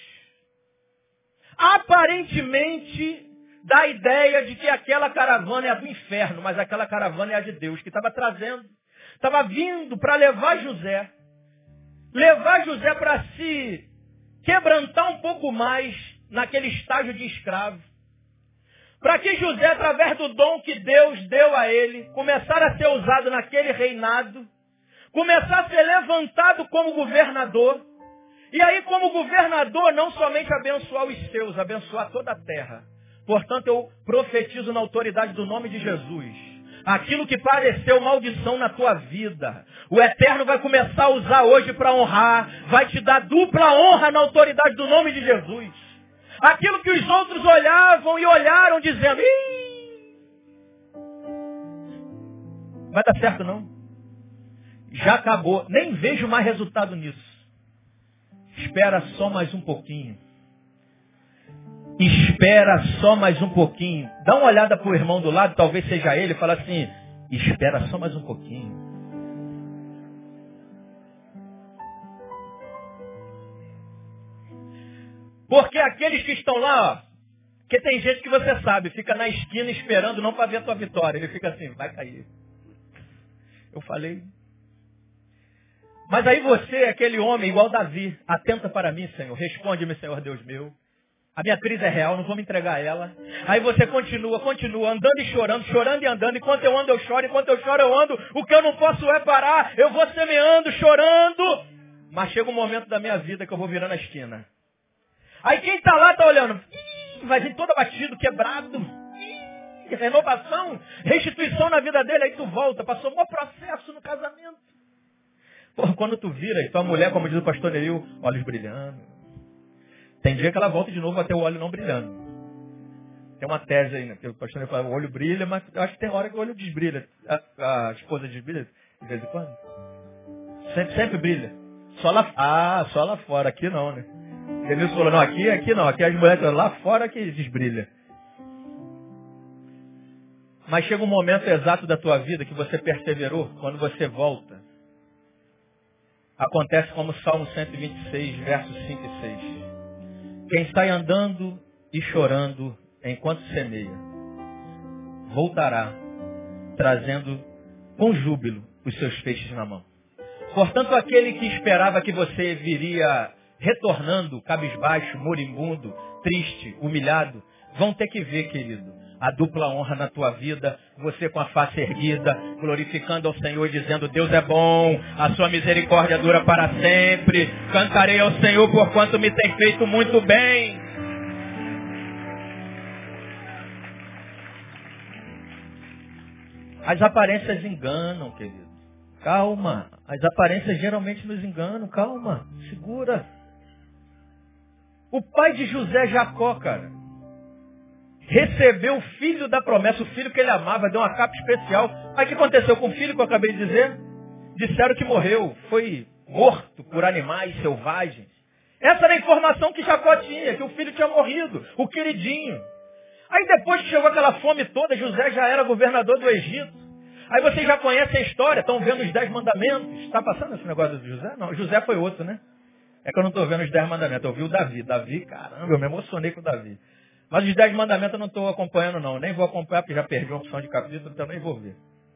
Aparentemente, dá a ideia de que aquela caravana é a do inferno, mas aquela caravana é a de Deus, que estava trazendo, estava vindo para levar José, levar José para se quebrantar um pouco mais naquele estágio de escravo, para que José, através do dom que Deus deu a ele, começar a ser usado naquele reinado, começar a ser levantado como governador, e aí como governador não somente abençoar os seus, abençoar toda a terra. Portanto, eu profetizo na autoridade do nome de Jesus. Aquilo que pareceu maldição na tua vida, o Eterno vai começar a usar hoje para honrar, vai te dar dupla honra na autoridade do nome de Jesus. Aquilo que os outros olhavam e olharam dizendo, ih, vai dar certo não. Já acabou, nem vejo mais resultado nisso. Espera só mais um pouquinho. Espera só mais um pouquinho. Dá uma olhada para o irmão do lado, talvez seja ele, e fala assim, espera só mais um pouquinho. Porque aqueles que estão lá, ó, que tem gente que você sabe, fica na esquina esperando não para ver a tua vitória. Ele fica assim, vai cair. Eu falei. Mas aí você, aquele homem igual Davi, atenta para mim, Senhor. Responde-me, Senhor Deus meu. A minha crise é real, não vou me entregar a ela. Aí você continua, continua, andando e chorando, chorando e andando. Enquanto eu ando, eu choro. Enquanto eu choro, eu ando. O que eu não posso é parar. Eu vou semeando, chorando. Mas chega um momento da minha vida que eu vou virando a esquina. Aí quem está lá está olhando. Ih, vai vir todo abatido, quebrado. Ih, renovação, restituição na vida dele. Aí tu volta. Passou um bom processo no casamento. Porra, quando tu vira, e tua mulher, como diz o pastor Neil, olhos brilhando. Tem dia que ela volta de novo até o olho não brilhando. Tem uma tese aí, né? Que o pastor Neil fala, o olho brilha, mas eu acho que tem hora que o olho desbrilha. A, a esposa desbrilha de vez em quando? Sempre, sempre brilha. Só lá, ah, só lá fora, aqui não, né? Denilson falou, não, aqui, aqui não, aqui as mulheres lá fora que desbrilha. Mas chega um momento exato da tua vida que você perseverou, quando você volta. Acontece como Salmo cento e vinte e seis, versos cinco e seis. Quem sai andando e chorando enquanto semeia, voltará, trazendo com júbilo os seus feixes na mão. Portanto, aquele que esperava que você viria retornando, cabisbaixo, moribundo, triste, humilhado, vão ter que ver, querido, a dupla honra na tua vida, você com a face erguida, glorificando ao Senhor, dizendo, Deus é bom, a sua misericórdia dura para sempre, cantarei ao Senhor por quanto me tem feito muito bem. As aparências enganam, querido. Calma, as aparências geralmente nos enganam, calma, segura. O pai de José, Jacó, cara, recebeu o filho da promessa, o filho que ele amava, deu uma capa especial. Aí o que aconteceu com o filho que eu acabei de dizer? Disseram que morreu, foi morto por animais selvagens. Essa era a informação que Jacó tinha, que o filho tinha morrido, o queridinho. Aí depois que chegou aquela fome toda, José já era governador do Egito. Aí vocês já conhecem a história, estão vendo os dez mandamentos. Está passando esse negócio do José? Não, José foi outro, né? É que eu não estou vendo os dez mandamentos, eu vi o Davi. Davi, caramba, eu me emocionei com o Davi. Mas os dez mandamentos eu não estou acompanhando não, nem vou acompanhar porque já perdi uma opção de capítulo, então nem vou ver.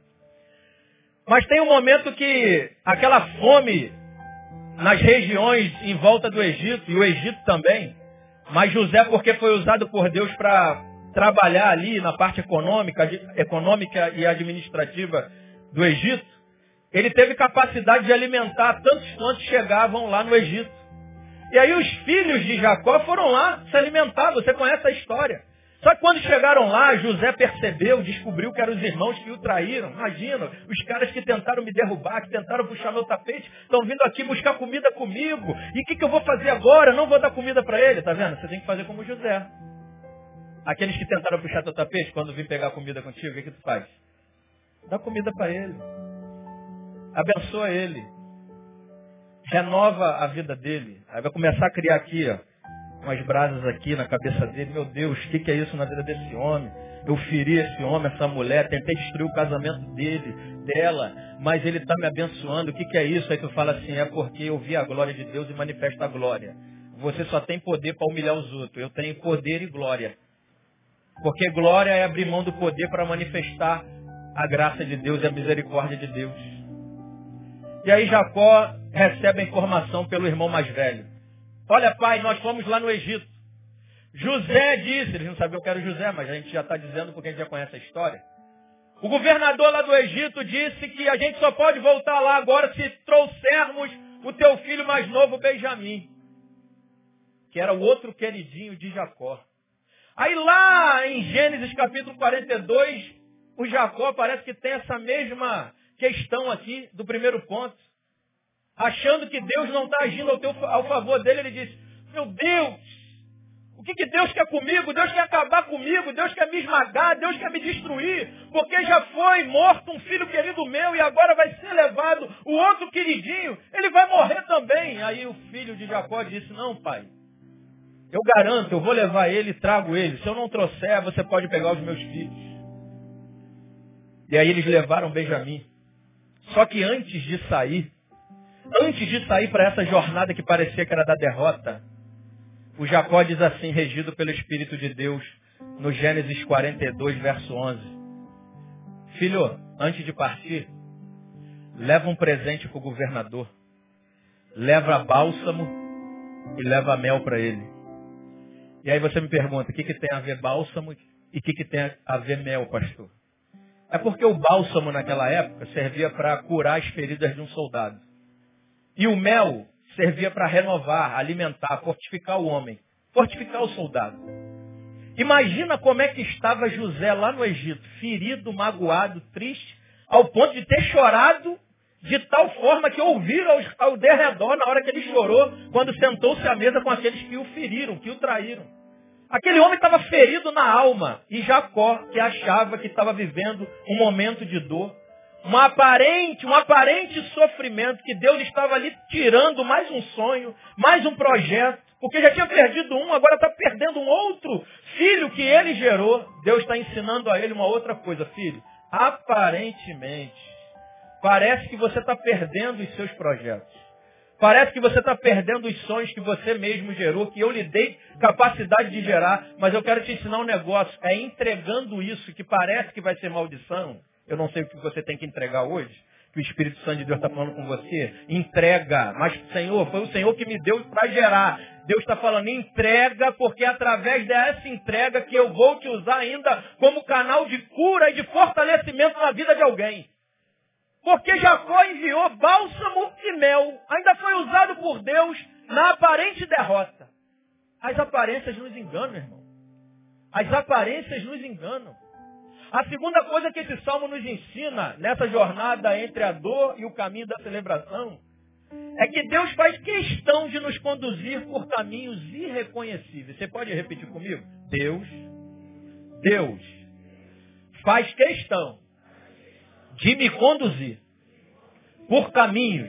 Mas tem um momento que aquela fome nas regiões em volta do Egito, e o Egito também, mas José porque foi usado por Deus para trabalhar ali na parte econômica, econômica e administrativa do Egito, ele teve capacidade de alimentar tantos quantos chegavam lá no Egito. E aí os filhos de Jacó foram lá se alimentar, você conhece a história. Só que quando chegaram lá, José percebeu, descobriu que eram os irmãos que o traíram. Imagina, os caras que tentaram me derrubar, que tentaram puxar meu tapete, estão vindo aqui buscar comida comigo. E o que, que eu vou fazer agora? Eu não vou dar comida para ele, tá vendo? Você tem que fazer como José. Aqueles que tentaram puxar teu tapete, quando vim pegar comida contigo, o que, que tu faz? Dá comida para ele. Abençoa ele. Renova a vida dele. Aí vai começar a criar aqui, ó, umas brasas aqui na cabeça dele. Meu Deus, o que, que é isso na vida desse homem? Eu feri esse homem, essa mulher, tentei destruir o casamento dele, dela, mas ele está me abençoando. O que, que é isso? Aí tu fala assim, é porque eu vi a glória de Deus e manifesta a glória. Você só tem poder para humilhar os outros. Eu tenho poder e glória. Porque glória é abrir mão do poder para manifestar a graça de Deus e a misericórdia de Deus. E aí Jacó recebe a informação pelo irmão mais velho. Olha, pai, nós fomos lá no Egito. José disse, eles não sabiam que era José, mas a gente já está dizendo porque a gente já conhece a história. O governador lá do Egito disse que a gente só pode voltar lá agora se trouxermos o teu filho mais novo, Benjamim, que era o outro queridinho de Jacó. Aí lá em Gênesis capítulo quarenta e dois, o Jacó parece que tem essa mesma questão aqui do primeiro ponto. Achando que Deus não está agindo ao, teu, ao favor dele, ele diz, meu Deus, o que, que Deus quer comigo? Deus quer acabar comigo, Deus quer me esmagar, Deus quer me destruir, porque já foi morto um filho querido meu e agora vai ser levado o outro queridinho, ele vai morrer também. Aí o filho de Jacó disse, não, pai, eu garanto, eu vou levar ele e trago ele. Se eu não trouxer, você pode pegar os meus filhos. E aí eles levaram Benjamim. Só que antes de sair, antes de sair para essa jornada que parecia que era da derrota, o Jacó diz assim, regido pelo Espírito de Deus, no Gênesis quarenta e dois, verso onze. Filho, antes de partir, leva um presente para o governador. Leva bálsamo e leva mel para ele. E aí você me pergunta, o que, que tem a ver bálsamo e o que, que tem a ver mel, pastor? É porque o bálsamo naquela época servia para curar as feridas de um soldado. E o mel servia para renovar, alimentar, fortificar o homem, fortificar o soldado. Imagina como é que estava José lá no Egito, ferido, magoado, triste, ao ponto de ter chorado de tal forma que ouviram ao, ao derredor na hora que ele chorou, quando sentou-se à mesa com aqueles que o feriram, que o traíram. Aquele homem estava ferido na alma. E Jacó, que achava que estava vivendo um momento de dor, um aparente, um aparente sofrimento, que Deus estava ali tirando mais um sonho, mais um projeto, porque já tinha perdido um, agora está perdendo um outro filho que ele gerou. Deus está ensinando a ele uma outra coisa, filho. Aparentemente, parece que você está perdendo os seus projetos. Parece que você está perdendo os sonhos que você mesmo gerou, que eu lhe dei capacidade de gerar, mas eu quero te ensinar um negócio. É entregando isso que parece que vai ser maldição. Eu não sei o que você tem que entregar hoje, que o Espírito Santo de Deus está falando com você. Entrega. Mas, Senhor, foi o Senhor que me deu para gerar. Deus está falando, entrega, porque é através dessa entrega que eu vou te usar ainda como canal de cura e de fortalecimento na vida de alguém. Porque Jacó enviou bálsamo e mel. Ainda foi usado por Deus na aparente derrota. As aparências nos enganam, irmão. As aparências nos enganam. A segunda coisa que esse salmo nos ensina, nessa jornada entre a dor e o caminho da celebração, é que Deus faz questão de nos conduzir por caminhos irreconhecíveis. Você pode repetir comigo? Deus Deus faz questão de me conduzir por caminhos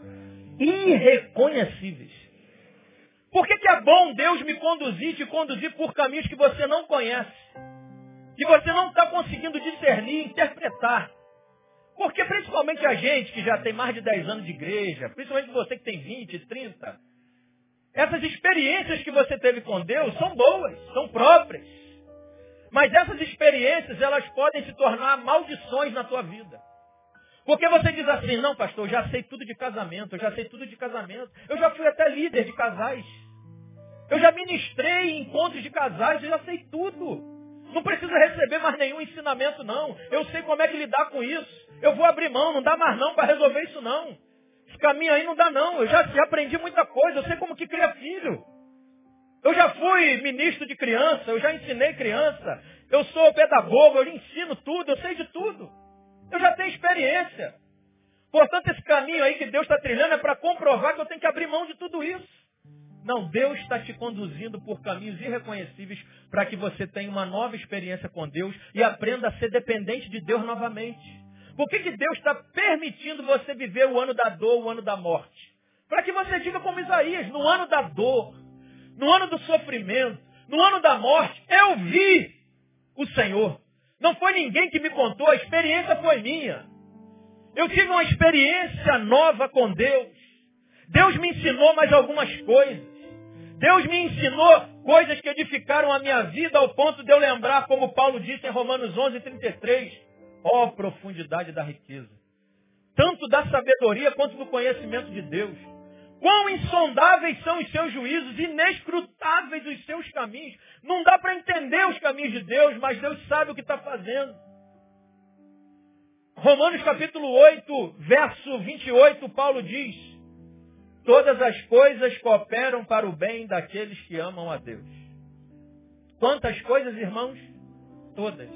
irreconhecíveis. Por que que é bom Deus me conduzir, te conduzir por caminhos que você não conhece? Que você não está conseguindo discernir, interpretar. Porque principalmente a gente que já tem mais de dez anos de igreja, principalmente você que tem vinte, trinta, essas experiências que você teve com Deus são boas, são próprias. Mas essas experiências, elas podem se tornar maldições na tua vida. Porque você diz assim, não pastor, eu já sei tudo de casamento, eu já sei tudo de casamento. Eu já fui até líder de casais. Eu já ministrei em encontros de casais, eu já sei tudo. Não precisa receber mais nenhum ensinamento, não. Eu sei como é que lidar com isso. Eu vou abrir mão, não dá mais não para resolver isso não. Esse caminho aí não dá não. Eu já, já aprendi muita coisa, eu sei como que cria filho. Eu já fui ministro de criança, eu já ensinei criança. Eu sou pedagogo, eu lhe ensino tudo, eu sei de tudo. Eu já tenho experiência. Portanto, esse caminho aí que Deus está trilhando é para comprovar que eu tenho que abrir mão de tudo isso. Não, Deus está te conduzindo por caminhos irreconhecíveis para que você tenha uma nova experiência com Deus e aprenda a ser dependente de Deus novamente. Por que que Deus está permitindo você viver o ano da dor, o ano da morte? Para que você diga como Isaías, no ano da dor, no ano do sofrimento, no ano da morte, eu vi o Senhor. Não foi ninguém que me contou, a experiência foi minha. Eu tive uma experiência nova com Deus. Deus me ensinou mais algumas coisas. Deus me ensinou coisas que edificaram a minha vida ao ponto de eu lembrar, como Paulo disse em Romanos onze, trinta e três, ó oh, profundidade da riqueza. Tanto da sabedoria quanto do conhecimento de Deus. Quão insondáveis são os seus juízos, inescrutáveis os seus caminhos. Não dá para entender os caminhos de Deus, mas Deus sabe o que está fazendo. Romanos capítulo oito, verso vinte e oito, Paulo diz, todas as coisas cooperam para o bem daqueles que amam a Deus. Quantas coisas, irmãos? Todas.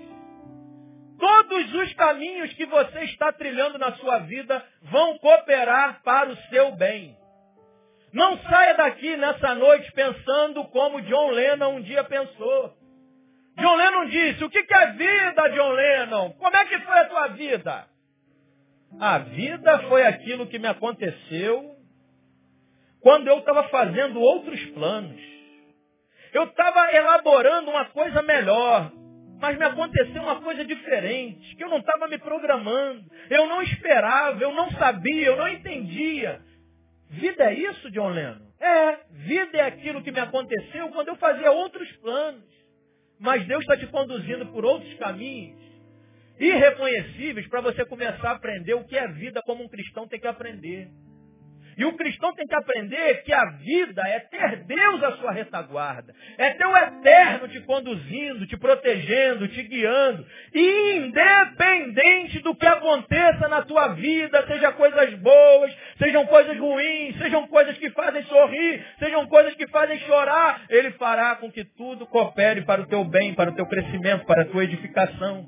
Todos os caminhos que você está trilhando na sua vida vão cooperar para o seu bem. Não saia daqui nessa noite pensando como John Lennon um dia pensou. John Lennon disse, o que é vida, John Lennon? Como é que foi a tua vida? A vida foi aquilo que me aconteceu quando eu estava fazendo outros planos. Eu estava elaborando uma coisa melhor, mas me aconteceu uma coisa diferente, que eu não estava me programando, eu não esperava, eu não sabia, eu não entendia. Vida é isso, John Lennon? É, vida é aquilo que me aconteceu quando eu fazia outros planos. Mas Deus está te conduzindo por outros caminhos irreconhecíveis para você começar a aprender o que é vida como um cristão tem que aprender. E o cristão tem que aprender que a vida é ter Deus à sua retaguarda. É ter o eterno te conduzindo, te protegendo, te guiando. E independente do que aconteça na tua vida, seja coisas boas, sejam coisas ruins, sejam coisas que fazem sorrir, sejam coisas que fazem chorar, Ele fará com que tudo coopere para o teu bem, para o teu crescimento, para a tua edificação.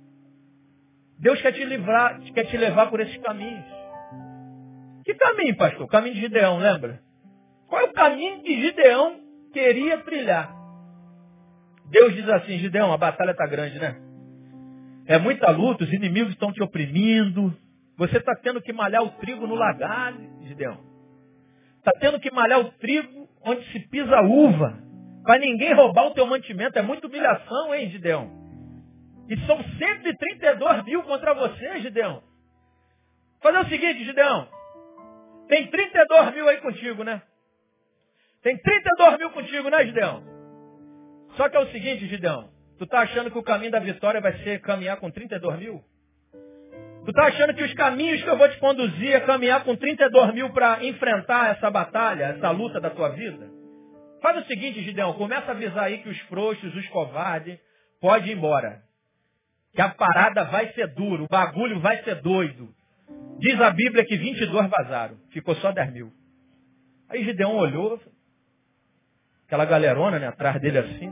Deus quer te livrar, quer te levar por esses caminhos. Que caminho, pastor? O caminho de Gideão, lembra? Qual é o caminho que Gideão queria trilhar? Deus diz assim, Gideão, a batalha está grande, né? É muita luta, os inimigos estão te oprimindo. Você está tendo que malhar o trigo no lagar, Gideão. Está tendo que malhar o trigo onde se pisa a uva. Para ninguém roubar o teu mantimento. É muita humilhação, hein, Gideão? E são cento e trinta e dois mil contra você, Gideão. Fazer o seguinte, Gideão. Tem trinta e dois mil aí contigo, né? Tem trinta e dois mil contigo, né, Gideão? Só que é o seguinte, Gideão. Tu tá achando que o caminho da vitória vai ser caminhar com trinta e dois mil? Tu tá achando que os caminhos que eu vou te conduzir é caminhar com trinta e dois mil para enfrentar essa batalha, essa luta da tua vida? Faz o seguinte, Gideão. Começa a avisar aí que os frouxos, os covardes, podem ir embora. Que a parada vai ser dura, o bagulho vai ser doido. Diz a Bíblia que vinte e dois vazaram. Ficou só dez mil. Aí Gideão olhou. Aquela galerona, né, atrás dele assim.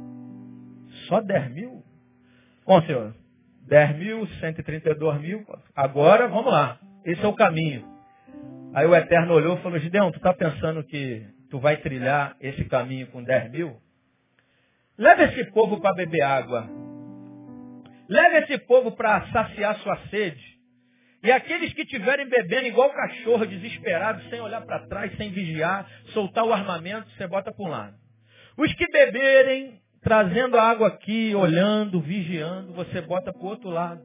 Só dez mil? Bom, senhor. dez mil, cento e trinta e dois mil. Agora, vamos lá. Esse é o caminho. Aí o Eterno olhou e falou, Gideão, tu está pensando que tu vai trilhar esse caminho com dez mil? Leve esse povo para beber água. Leve esse povo para saciar sua sede. E aqueles que estiverem bebendo igual cachorro, desesperado, sem olhar para trás, sem vigiar, soltar o armamento, você bota para um lado. Os que beberem, trazendo a água aqui, olhando, vigiando, você bota para o outro lado.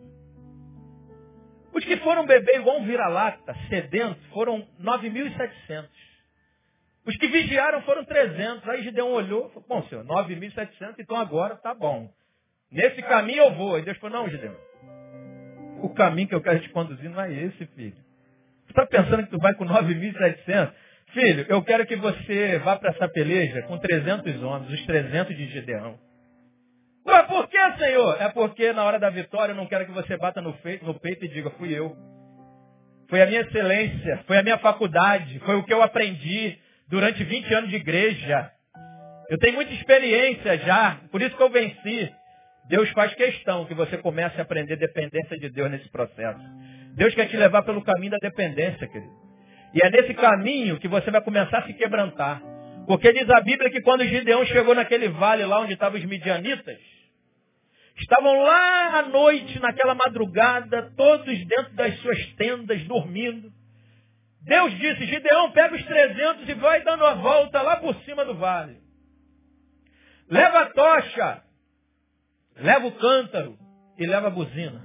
Os que foram beber igual um vira-lata, sedento, foram nove mil e setecentos. Os que vigiaram foram trezentos. Aí Gideão olhou e falou, bom, senhor, nove mil e setecentos, então agora tá bom. Nesse caminho eu vou. E Deus falou, não, Gideão, o caminho que eu quero te conduzir não é esse, filho. Você está pensando que tu vai com nove mil e setecentos? Filho, eu quero que você vá para essa peleja com trezentos homens, os trezentos de Gideão. Ué, por que, Senhor? É porque na hora da vitória eu não quero que você bata no peito, no peito e diga, fui eu. Foi a minha excelência, foi a minha faculdade, foi o que eu aprendi durante vinte anos de igreja. Eu tenho muita experiência já, por isso que eu venci. Deus faz questão que você comece a aprender dependência de Deus nesse processo. Deus quer te levar pelo caminho da dependência, querido. E é nesse caminho que você vai começar a se quebrantar. Porque diz a Bíblia que quando Gideão chegou naquele vale lá onde estavam os midianitas, estavam lá à noite, naquela madrugada, todos dentro das suas tendas, dormindo. Deus disse, Gideão, pega os trezentos e vai dando a volta lá por cima do vale. Leva a tocha, leva o cântaro e leva a buzina.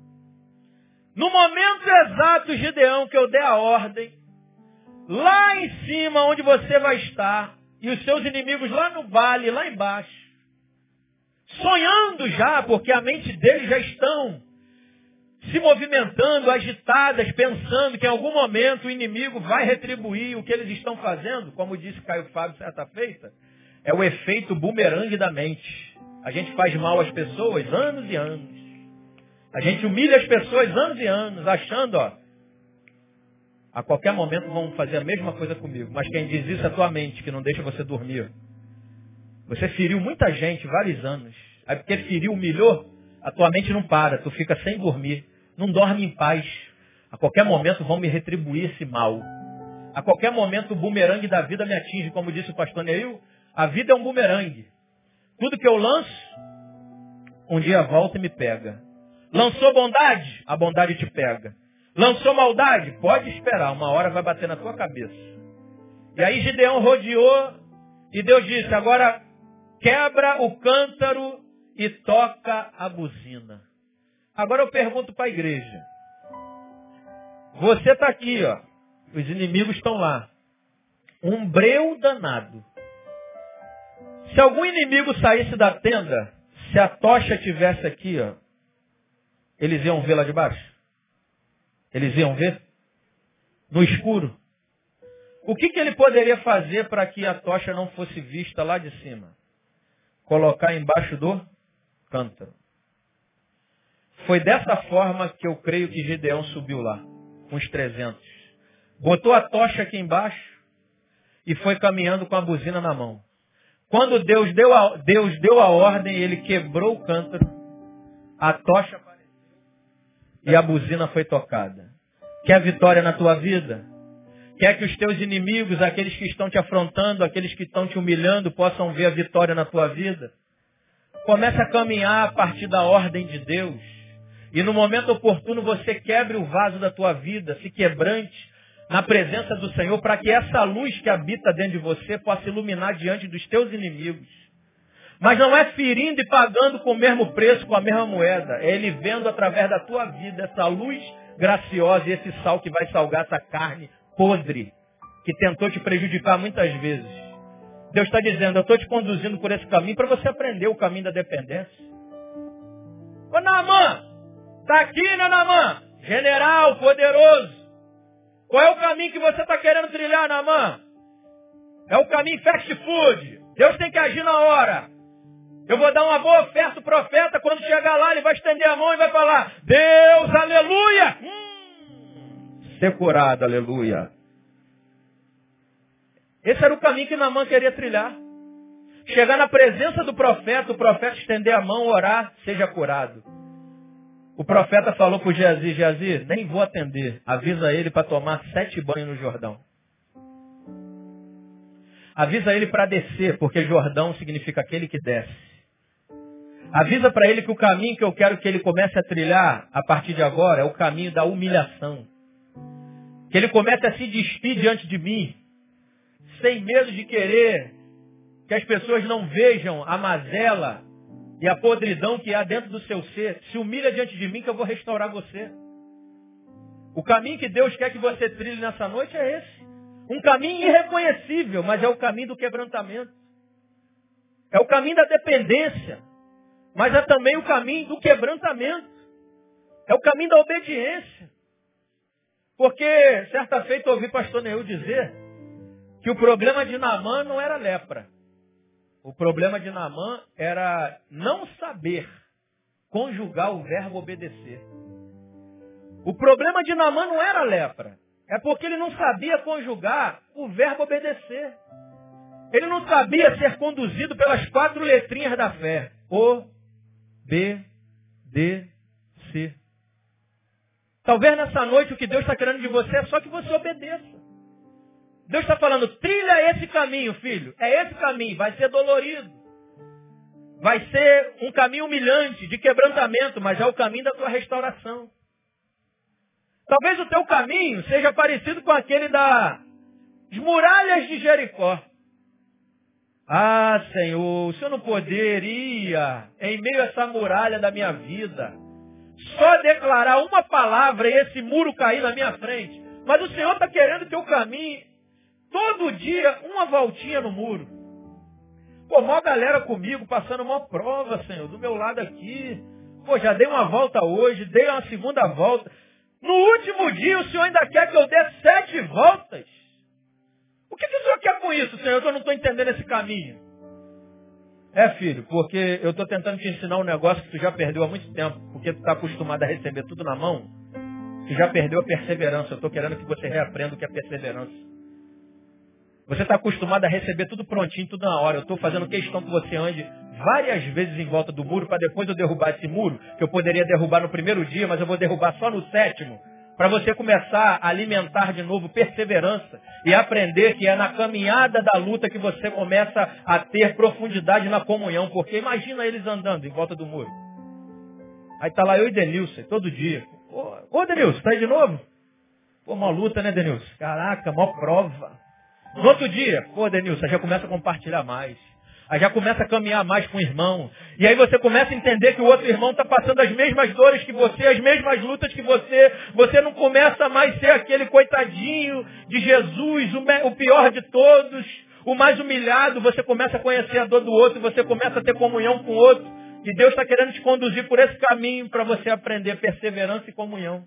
No momento exato, Gideão, que eu der a ordem, lá em cima onde você vai estar, e os seus inimigos lá no vale, lá embaixo, sonhando já, porque a mente deles já estão se movimentando, agitadas, pensando que em algum momento o inimigo vai retribuir o que eles estão fazendo, como disse Caio Fábio certa feita, é o efeito bumerangue da mente. A gente faz mal às pessoas anos e anos. A gente humilha as pessoas anos e anos, achando, ó, a qualquer momento vão fazer a mesma coisa comigo. Mas quem diz isso é a tua mente, que não deixa você dormir. Você feriu muita gente vários anos. Aí porque feriu, humilhou, a tua mente não para, tu fica sem dormir. Não dorme em paz. A qualquer momento vão me retribuir esse mal. A qualquer momento o bumerangue da vida me atinge, como disse o pastor Neil. A vida é um bumerangue. Tudo que eu lanço, um dia volta e me pega. Lançou bondade, a bondade te pega. Lançou maldade, pode esperar, uma hora vai bater na tua cabeça. E aí Gideão rodeou e Deus disse, agora quebra o cântaro e toca a buzina. Agora eu pergunto para a igreja. Você está aqui, ó. Os inimigos estão lá. Um breu danado. Se algum inimigo saísse da tenda, se a tocha estivesse aqui, ó, eles iam ver lá de baixo? Eles iam ver? No escuro? O que, que ele poderia fazer para que a tocha não fosse vista lá de cima? Colocar embaixo do cântaro. Foi dessa forma que eu creio que Gideão subiu lá, com os trezentos. Botou a tocha aqui embaixo e foi caminhando com a buzina na mão. Quando Deus deu a, Deus deu a ordem, ele quebrou o cântaro, a tocha apareceu e a buzina foi tocada. Quer vitória na tua vida? Quer que os teus inimigos, aqueles que estão te afrontando, aqueles que estão te humilhando, possam ver a vitória na tua vida? Comece a caminhar a partir da ordem de Deus. E no momento oportuno você quebre o vaso da tua vida, se quebrante na presença do Senhor, para que essa luz que habita dentro de você possa iluminar diante dos teus inimigos. Mas não é ferindo e pagando com o mesmo preço, com a mesma moeda. É Ele vendo através da tua vida essa luz graciosa e esse sal que vai salgar essa carne podre, que tentou te prejudicar muitas vezes. Deus está dizendo, eu estou te conduzindo por esse caminho para você aprender o caminho da dependência. Ô Naamã, está aqui, né, Naamã? General poderoso. Qual é o caminho que você está querendo trilhar, Naamã? É o caminho fast food. Deus tem que agir na hora. Eu vou dar uma boa oferta ao profeta, quando chegar lá ele vai estender a mão e vai falar, Deus, aleluia! Hum, ser curado, aleluia. Esse era o caminho que Naamã queria trilhar. Chegar na presença do profeta, o profeta estender a mão, orar, seja curado. O profeta falou para o Geazi, Geazi, nem vou atender. Avisa ele para tomar sete banhos no Jordão. Avisa ele para descer, porque Jordão significa aquele que desce. Avisa para ele que o caminho que eu quero que ele comece a trilhar a partir de agora é o caminho da humilhação. Que ele comece a se despir diante de mim, sem medo de querer que as pessoas não vejam a mazela e a podridão que há dentro do seu ser. Se humilha diante de mim que eu vou restaurar você. O caminho que Deus quer que você trilhe nessa noite é esse. Um caminho irreconhecível, mas é o caminho do quebrantamento. É o caminho da dependência, mas é também o caminho do quebrantamento. É o caminho da obediência. Porque, certa feita, eu ouvi o pastor Neil dizer que o problema de Naamã não era lepra. O problema de Naamã era não saber conjugar o verbo obedecer. O problema de Naamã não era lepra. É porque ele não sabia conjugar o verbo obedecer. Ele não sabia ser conduzido pelas quatro letrinhas da fé. O, B, D, C. Talvez nessa noite o que Deus está querendo de você é só que você obedeça. Deus está falando, trilha esse caminho, filho. É esse caminho, vai ser dolorido. Vai ser um caminho humilhante, de quebrantamento, mas é o caminho da tua restauração. Talvez o teu caminho seja parecido com aquele das muralhas de Jericó. Ah, Senhor, o Senhor não poderia, em meio a essa muralha da minha vida, só declarar uma palavra e esse muro cair na minha frente. Mas o Senhor está querendo que eu caminhe todo dia uma voltinha no muro. Pô, mó galera comigo, passando uma prova, Senhor, do meu lado aqui. Pô, já dei uma volta hoje, dei uma segunda volta. No último dia, o Senhor ainda quer que eu dê sete voltas. O que, que o Senhor quer com isso, Senhor? Eu não estou entendendo esse caminho. É, filho, porque eu estou tentando te ensinar um negócio que tu já perdeu há muito tempo. Porque tu está acostumado a receber tudo na mão. Tu já perdeu a perseverança. Eu estou querendo que você reaprenda o que é perseverança. Você está acostumado a receber tudo prontinho, tudo na hora. Eu estou fazendo questão que você ande várias vezes em volta do muro para depois eu derrubar esse muro, que eu poderia derrubar no primeiro dia, mas eu vou derrubar só no sétimo, para você começar a alimentar de novo perseverança e aprender que é na caminhada da luta que você começa a ter profundidade na comunhão. Porque imagina eles andando em volta do muro. Aí está lá eu e Denilson, todo dia. Ô, ô Denilson, tá aí de novo? Pô, uma luta, né, Denilson? Caraca, mó prova. No outro dia, pô, Denilson, já começa a compartilhar mais. Aí já começa a caminhar mais com o irmão. E aí você começa a entender que o outro irmão está passando as mesmas dores que você, as mesmas lutas que você. Você não começa mais a ser aquele coitadinho de Jesus, o, me, o pior de todos, o mais humilhado. Você começa a conhecer a dor do outro, você começa a ter comunhão com o outro. E Deus está querendo te conduzir por esse caminho para você aprender perseverança e comunhão.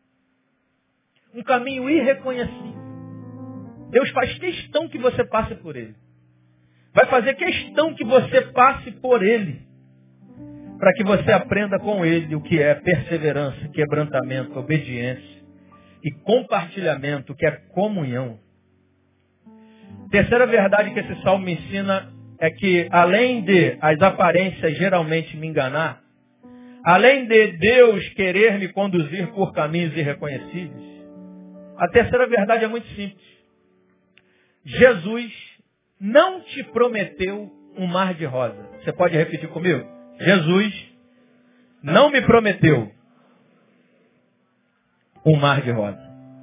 Um caminho irreconhecível. Deus faz questão que você passe por ele. Vai fazer questão que você passe por ele. Para que você aprenda com ele o que é perseverança, quebrantamento, obediência e compartilhamento, o que é comunhão. Terceira verdade que esse salmo me ensina é que, além de as aparências geralmente me enganar, além de Deus querer me conduzir por caminhos irreconhecíveis, a terceira verdade é muito simples. Jesus não te prometeu um mar de rosa. Você pode repetir comigo? Jesus não me prometeu um mar de rosa.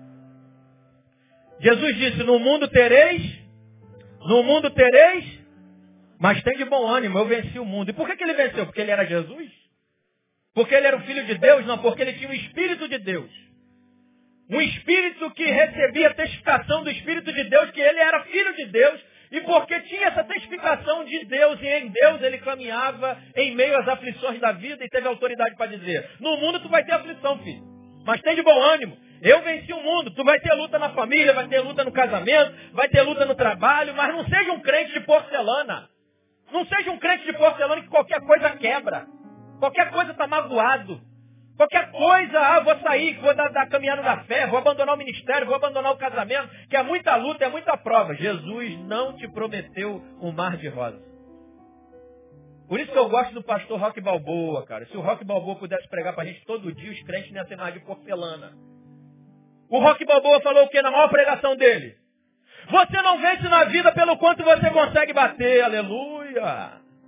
Jesus disse, no mundo tereis, no mundo tereis, mas tem de bom ânimo, eu venci o mundo. E por que, que ele venceu? Porque ele era Jesus? Porque ele era o Filho de Deus? Não, porque ele tinha o Espírito de Deus. Um Espírito que recebia a testificação do Espírito de Deus, que ele era Filho de Deus, e porque tinha essa testificação de Deus, e em Deus ele caminhava em meio às aflições da vida e teve autoridade para dizer, no mundo tu vai ter aflição, filho, mas tem de bom ânimo. Eu venci o mundo, tu vai ter luta na família, vai ter luta no casamento, vai ter luta no trabalho, mas não seja um crente de porcelana. Não seja um crente de porcelana que qualquer coisa quebra. Qualquer coisa está magoado. Qualquer coisa, ah, vou sair, vou dar, dar caminhando na fé, vou abandonar o ministério, vou abandonar o casamento, que é muita luta, é muita prova. Jesus não te prometeu um mar de rosas. Por isso que eu gosto do pastor Roque Balboa, cara. Se o Roque Balboa pudesse pregar pra gente todo dia, os crentes não iam ter mais de porcelana. O Roque Balboa falou o quê na maior pregação dele? Você não vence na vida pelo quanto você consegue bater, aleluia.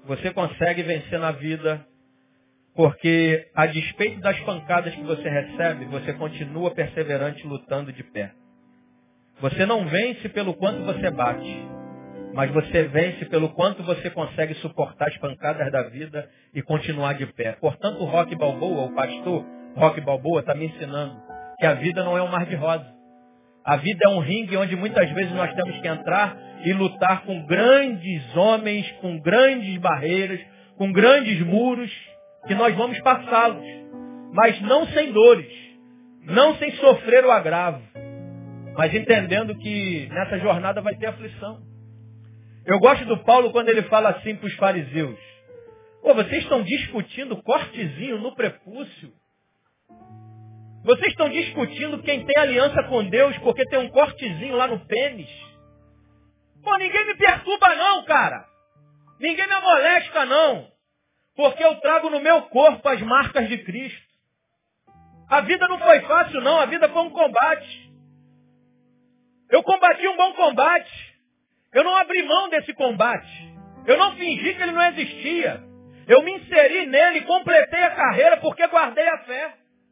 Você consegue vencer na vida porque, a despeito das pancadas que você recebe, você continua perseverante lutando de pé. Você não vence pelo quanto você bate, mas você vence pelo quanto você consegue suportar as pancadas da vida e continuar de pé. Portanto, o Rocky Balboa, o pastor Rocky Balboa, está me ensinando que a vida não é um mar de rosa. A vida é um ringue onde muitas vezes nós temos que entrar e lutar com grandes homens, com grandes barreiras, com grandes muros, que nós vamos passá-los, mas não sem dores, não sem sofrer o agravo, mas entendendo que nessa jornada vai ter aflição. Eu gosto do Paulo quando ele fala assim para os fariseus: Pô, vocês estão discutindo cortezinho no prepúcio? Vocês estão discutindo quem tem aliança com Deus porque tem um cortezinho lá no pênis? Pô, ninguém me perturba não, cara. Ninguém me molesta não. Porque eu trago no meu corpo as marcas de Cristo. A vida não foi fácil não, a vida foi um combate. Eu combati um bom combate. Eu não abri mão desse combate. Eu não fingi que ele não existia. Eu me inseri nele, completei a carreira porque guardei a fé.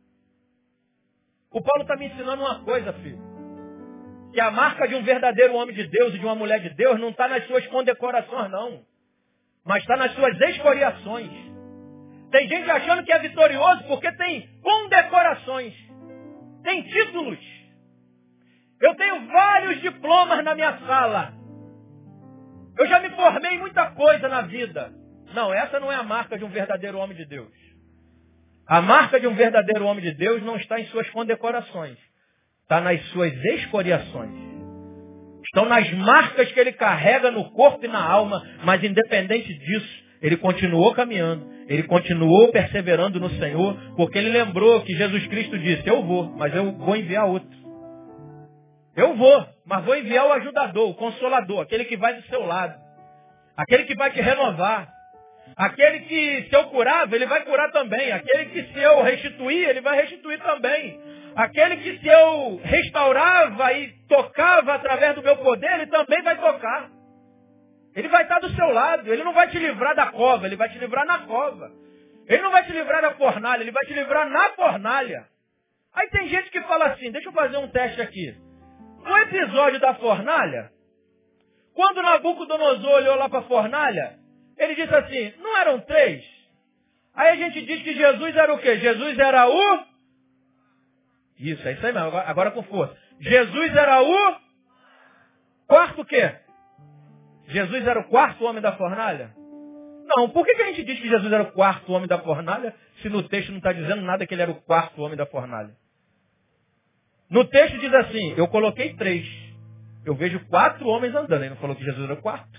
O Paulo está me ensinando uma coisa, filho. Que a marca de um verdadeiro homem de Deus e de uma mulher de Deus não está nas suas condecorações, não. Mas está nas suas escoriações. Tem gente achando que é vitorioso porque tem condecorações. Tem títulos. Eu tenho vários diplomas na minha sala. Eu já me formei em muita coisa na vida. Não, essa não é a marca de um verdadeiro homem de Deus. A marca de um verdadeiro homem de Deus não está em suas condecorações. Está nas suas escoriações. Estão nas marcas que ele carrega no corpo e na alma, mas independente disso, ele continuou caminhando, ele continuou perseverando no Senhor, porque ele lembrou que Jesus Cristo disse: eu vou, mas eu vou enviar outro. Eu vou, mas vou enviar o ajudador, o consolador, aquele que vai do seu lado, aquele que vai te renovar, aquele que se eu curava, ele vai curar também, aquele que se eu restituir, ele vai restituir também. Aquele que se eu restaurava e tocava através do meu poder, ele também vai tocar. Ele vai estar do seu lado. Ele não vai te livrar da cova, ele vai te livrar na cova. Ele não vai te livrar da fornalha, ele vai te livrar na fornalha. Aí tem gente que fala assim, deixa eu fazer um teste aqui. No episódio da fornalha, quando Nabucodonosor olhou lá para a fornalha, ele disse assim, não eram três? Aí a gente diz que Jesus era o quê? Jesus era o... Isso, é isso aí mesmo, agora, agora com força. Jesus era o quarto o quê? Jesus era o quarto homem da fornalha? Não, por que, que a gente diz que Jesus era o quarto homem da fornalha, se no texto não está dizendo nada que ele era o quarto homem da fornalha? No texto diz assim, eu coloquei três. Eu vejo quatro homens andando. Ele não falou que Jesus era o quarto?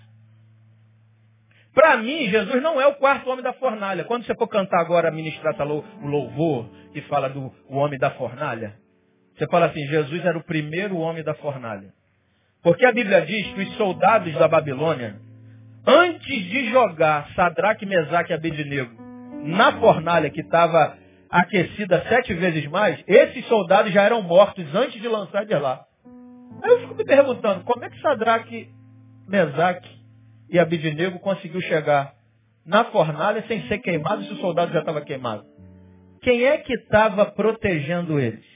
Para mim, Jesus não é o quarto homem da fornalha. Quando você for cantar agora, ministrar o louvor, que fala do o homem da fornalha, você fala assim, Jesus era o primeiro homem da fornalha. Porque a Bíblia diz que os soldados da Babilônia, antes de jogar Sadraque, Mesaque e Abednego na fornalha que estava aquecida sete vezes mais, esses soldados já eram mortos antes de lançar de lá. Aí eu fico me perguntando, como é que Sadraque, Mesaque e Abednego conseguiu chegar na fornalha sem ser queimado se o soldado já estava queimado? Quem é que estava protegendo eles?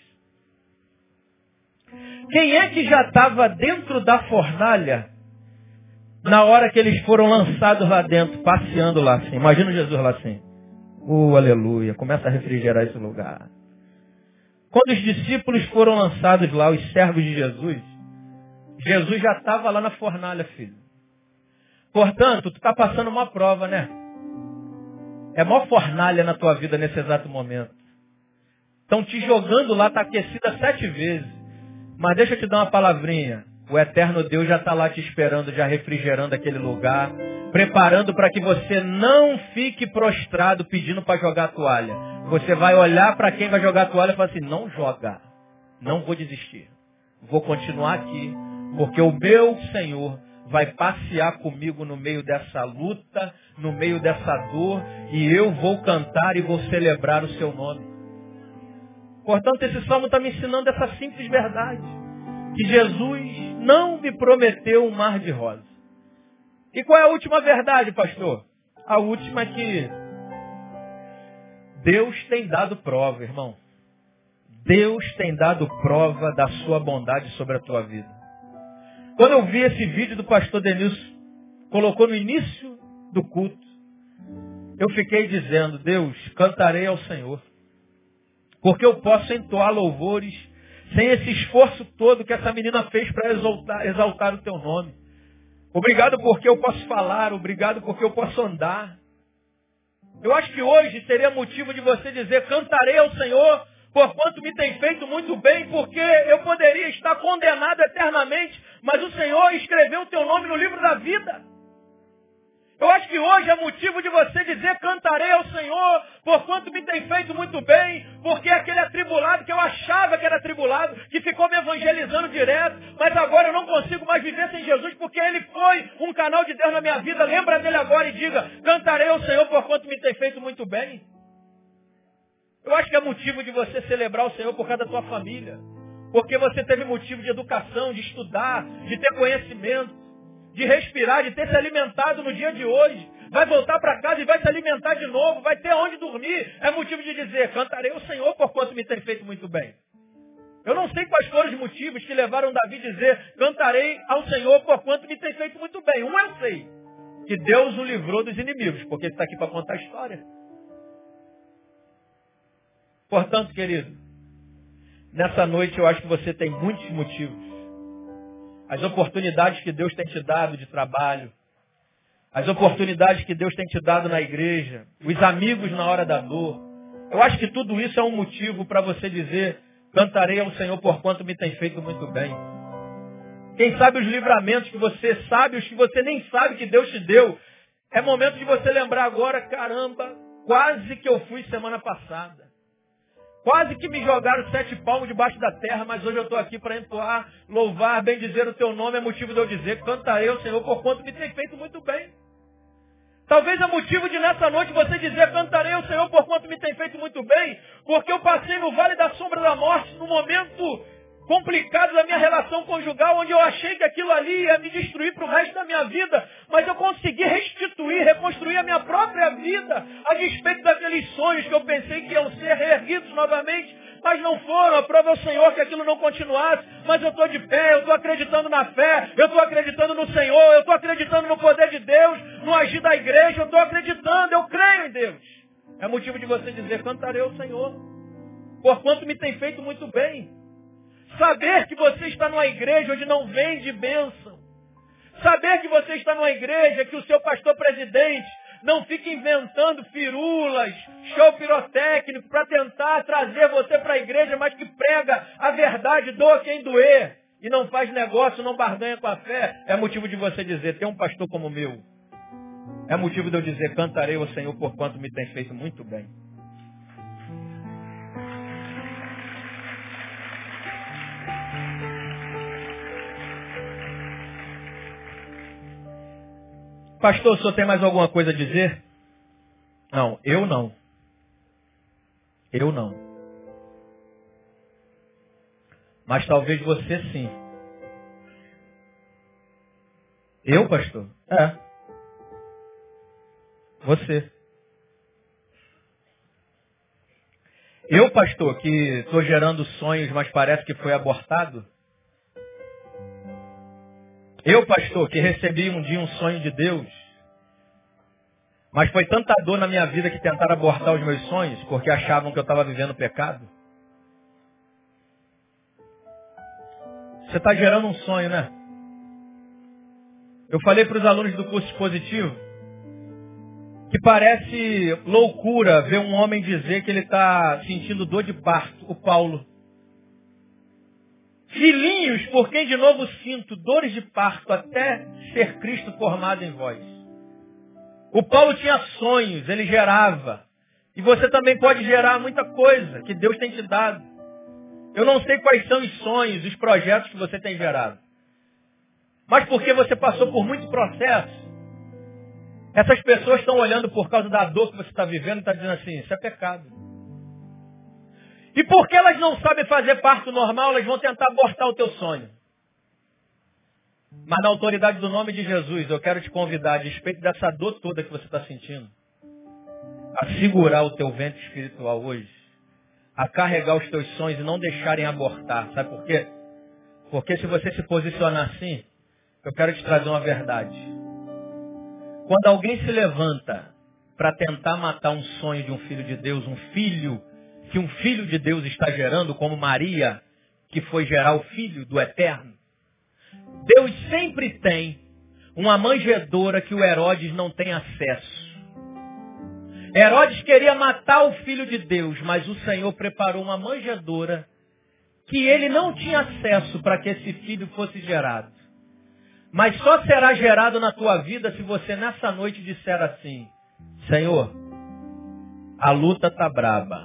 Quem é que já estava dentro da fornalha na hora que eles foram lançados lá dentro, passeando lá assim? Imagina Jesus lá assim. Oh, aleluia. Começa a refrigerar esse lugar. Quando os discípulos foram lançados lá, os servos de Jesus, Jesus já estava lá na fornalha, filho. Portanto, tu está passando uma prova, né? É mó fornalha na tua vida nesse exato momento. Estão te jogando lá, está aquecida sete vezes. Mas deixa eu te dar uma palavrinha. O eterno Deus já está lá te esperando, já refrigerando aquele lugar, preparando para que você não fique prostrado pedindo para jogar a toalha. Você vai olhar para quem vai jogar a toalha e falar assim, não joga, não vou desistir. Vou continuar aqui, porque o meu Senhor vai passear comigo no meio dessa luta, no meio dessa dor, e eu vou cantar e vou celebrar o seu nome. Portanto, esse salmo está me ensinando essa simples verdade. Que Jesus não me prometeu um mar de rosas. E qual é a última verdade, pastor? A última é que Deus tem dado prova, irmão. Deus tem dado prova da sua bondade sobre a tua vida. Quando eu vi esse vídeo do pastor Denilson, colocou no início do culto, eu fiquei dizendo, Deus, cantarei ao Senhor. Porque eu posso entoar louvores sem esse esforço todo que essa menina fez para exaltar, exaltar o teu nome. Obrigado porque eu posso falar, obrigado porque eu posso andar. Eu acho que hoje seria motivo de você dizer, cantarei ao Senhor, porquanto me tem feito muito bem, porque eu poderia estar condenado eternamente, mas o Senhor escreveu o teu nome no livro da vida. Eu acho que hoje é motivo de você dizer, cantarei ao Senhor, porquanto me tem feito muito bem, porque aquele atribulado que eu achava que era atribulado, que ficou me evangelizando direto, mas agora eu não consigo mais viver sem Jesus, porque ele foi um canal de Deus na minha vida. Lembra dele agora e diga, cantarei ao Senhor, porquanto me tem feito muito bem. Eu acho que é motivo de você celebrar o Senhor por causa da tua família, porque você teve motivo de educação, de estudar, de ter conhecimento, de respirar, de ter se alimentado no dia de hoje. Vai voltar para casa e vai se alimentar de novo, vai ter onde dormir. É motivo de dizer, cantarei ao Senhor porquanto me tem feito muito bem. Eu não sei quais foram os motivos que levaram Davi a dizer, cantarei ao Senhor porquanto me tem feito muito bem. Um eu sei, que Deus o livrou dos inimigos, porque ele está aqui para contar a história. Portanto, querido, nessa noite eu acho que você tem muitos motivos. As oportunidades que Deus tem te dado de trabalho, as oportunidades que Deus tem te dado na igreja, os amigos na hora da dor. Eu acho que tudo isso é um motivo para você dizer, cantarei ao Senhor porquanto me tem feito muito bem. Quem sabe os livramentos que você sabe, os que você nem sabe que Deus te deu. É momento de você lembrar agora, caramba, quase que eu fui semana passada. Quase que me jogaram sete palmos debaixo da terra, mas hoje eu estou aqui para entoar, louvar, bem dizer o teu nome, é motivo de eu dizer, cantarei ao Senhor, porquanto me tem feito muito bem. Talvez é motivo de nessa noite você dizer, cantarei ao Senhor, porquanto me tem feito muito bem, porque eu passei no vale da sombra da morte, num momento complicado da minha relação conjugal, onde eu achei que aquilo ali ia me destruir para o resto da minha vida, mas eu consegui restituir, reconstruir a minha própria vida, a despeito daqueles sonhos que eu pensei que iam ser reerguidos novamente, mas não foram. A prova é o Senhor que aquilo não continuasse, mas eu estou de pé, eu estou acreditando na fé, eu estou acreditando no Senhor, eu estou acreditando no poder de Deus, no agir da igreja, eu estou acreditando, eu creio em Deus. É motivo de você dizer, cantarei ao Senhor, porquanto me tem feito muito bem. Saber que você está numa igreja onde não vende bênção. Saber que você está numa igreja que o seu pastor presidente não fica inventando firulas, show pirotécnico para tentar trazer você para a igreja, mas que prega a verdade, doa quem doer, e não faz negócio, não barganha com a fé. É motivo de você dizer, tem um pastor como o meu. É motivo de eu dizer, cantarei ao Senhor porquanto me tem feito muito bem. Pastor, o senhor tem mais alguma coisa a dizer? Não, eu não. Eu não. Mas talvez você sim. Eu, pastor? É. Você. Eu, pastor, que estou gerando sonhos, mas parece que foi abortado? Eu, pastor, que recebi um dia um sonho de Deus, mas foi tanta dor na minha vida que tentaram abortar os meus sonhos, porque achavam que eu estava vivendo pecado? Você está gerando um sonho, né? Eu falei para os alunos do curso expositivo que parece loucura ver um homem dizer que ele está sentindo dor de parto, o Paulo. Filhinhos, por quem de novo sinto dores de parto até ser Cristo formado em vós. O Paulo tinha sonhos, ele gerava. E você também pode gerar muita coisa que Deus tem te dado. Eu não sei quais são os sonhos, os projetos que você tem gerado. Mas porque você passou por muito processo, essas pessoas estão olhando por causa da dor que você está vivendo e estão dizendo assim, isso é pecado. E porque elas não sabem fazer parto normal, elas vão tentar abortar o teu sonho. Mas na autoridade do nome de Jesus, eu quero te convidar, a despeito dessa dor toda que você está sentindo, a segurar o teu ventre espiritual hoje, a carregar os teus sonhos e não deixarem abortar. Sabe por quê? Porque se você se posicionar assim, eu quero te trazer uma verdade. Quando alguém se levanta para tentar matar um sonho de um filho de Deus, um filho que um filho de Deus está gerando, como Maria, que foi gerar o filho do Eterno, Deus sempre tem uma manjedoura que o Herodes não tem acesso. Herodes queria matar o filho de Deus, mas o Senhor preparou uma manjedoura que ele não tinha acesso para que esse filho fosse gerado. Mas só será gerado na tua vida se você nessa noite disser assim: Senhor, a luta está braba,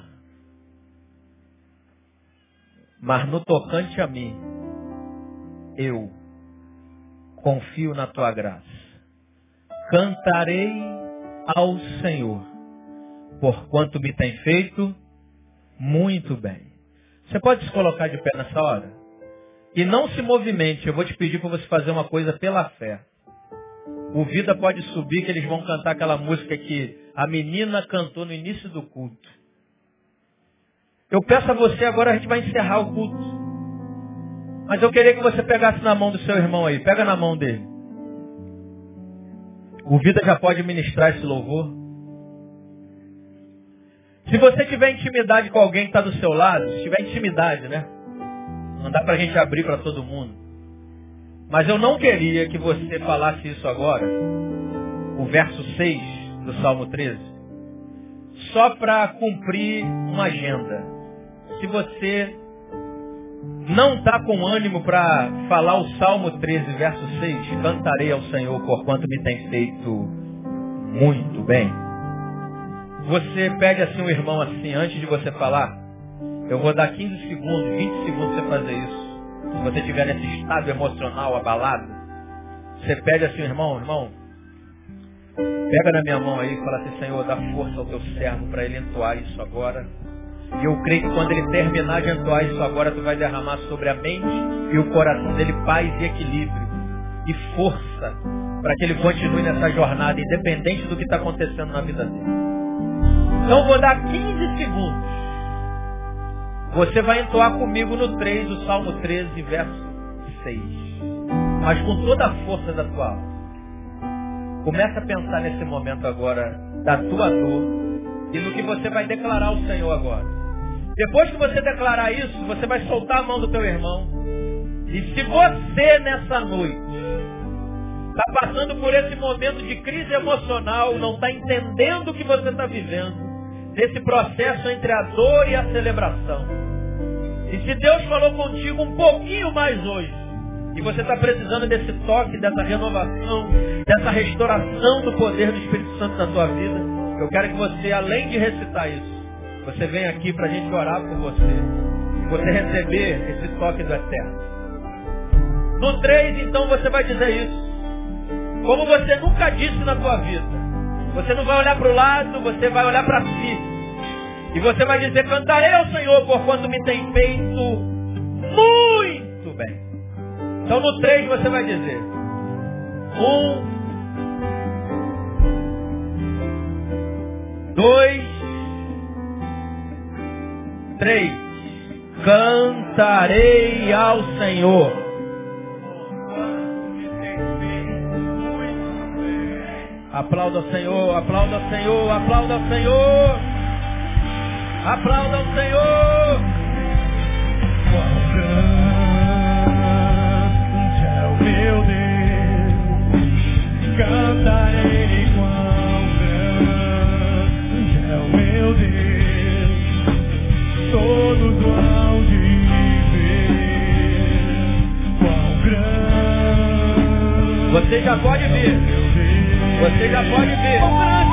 mas no tocante a mim, eu confio na tua graça. Cantarei ao Senhor, porquanto me tem feito muito bem. Você pode se colocar de pé nessa hora? E não se movimente, eu vou te pedir para você fazer uma coisa pela fé. O Vida pode subir, que eles vão cantar aquela música que a menina cantou no início do culto. Eu peço a você, agora a gente vai encerrar o culto. Mas eu queria que você pegasse na mão do seu irmão aí. Pega na mão dele. O Vida já pode ministrar esse louvor. Se você tiver intimidade com alguém que está do seu lado, se tiver intimidade, né? Não dá pra gente abrir para todo mundo. Mas eu não queria que você falasse isso agora, o verso seis do Salmo treze, só para cumprir uma agenda. Se você não está com ânimo para falar o Salmo treze, verso seis, cantarei ao Senhor porquanto me tem feito muito bem. Você pede assim um irmão assim, antes de você falar, eu vou dar quinze segundos, vinte segundos para você fazer isso. Se você estiver nesse estado emocional abalado, você pede assim, irmão, irmão, pega na minha mão aí e fala assim: Senhor, dá força ao teu servo para ele entoar isso agora. E eu creio que quando ele terminar de entoar isso agora, tu vai derramar sobre a mente e o coração dele paz e equilíbrio e força para que ele continue nessa jornada, independente do que está acontecendo na vida dele. Então eu vou dar quinze segundos. Você vai entoar comigo no três, o Salmo treze, verso seis. Mas com toda a força da tua alma. Começa a pensar nesse momento agora da tua dor e no que você vai declarar ao Senhor agora. Depois que você declarar isso, você vai soltar a mão do teu irmão. E se você nessa noite está passando por esse momento de crise emocional, não está entendendo o que você está vivendo, desse processo entre a dor e a celebração. E se Deus falou contigo um pouquinho mais hoje, e você está precisando desse toque, dessa renovação, dessa restauração do poder do Espírito Santo na tua vida, eu quero que você, além de recitar isso, você venha aqui para a gente orar por você, e você receber esse toque do Eterno. No três, então, você vai dizer isso, como você nunca disse na tua vida. Você não vai olhar para o lado, você vai olhar para si. E você vai dizer: cantarei ao Senhor porquanto me tem feito muito bem. Então no três você vai dizer: um, dois, três. Cantarei ao Senhor. Aplauda ao Senhor, aplauda ao Senhor, aplauda ao Senhor. Aplauda ao Senhor.
Quão grande é o meu Deus. Cantarei quão grande é o meu Deus. Todos vão dizer quão grande.
Você já pode ver. Você já pode ver.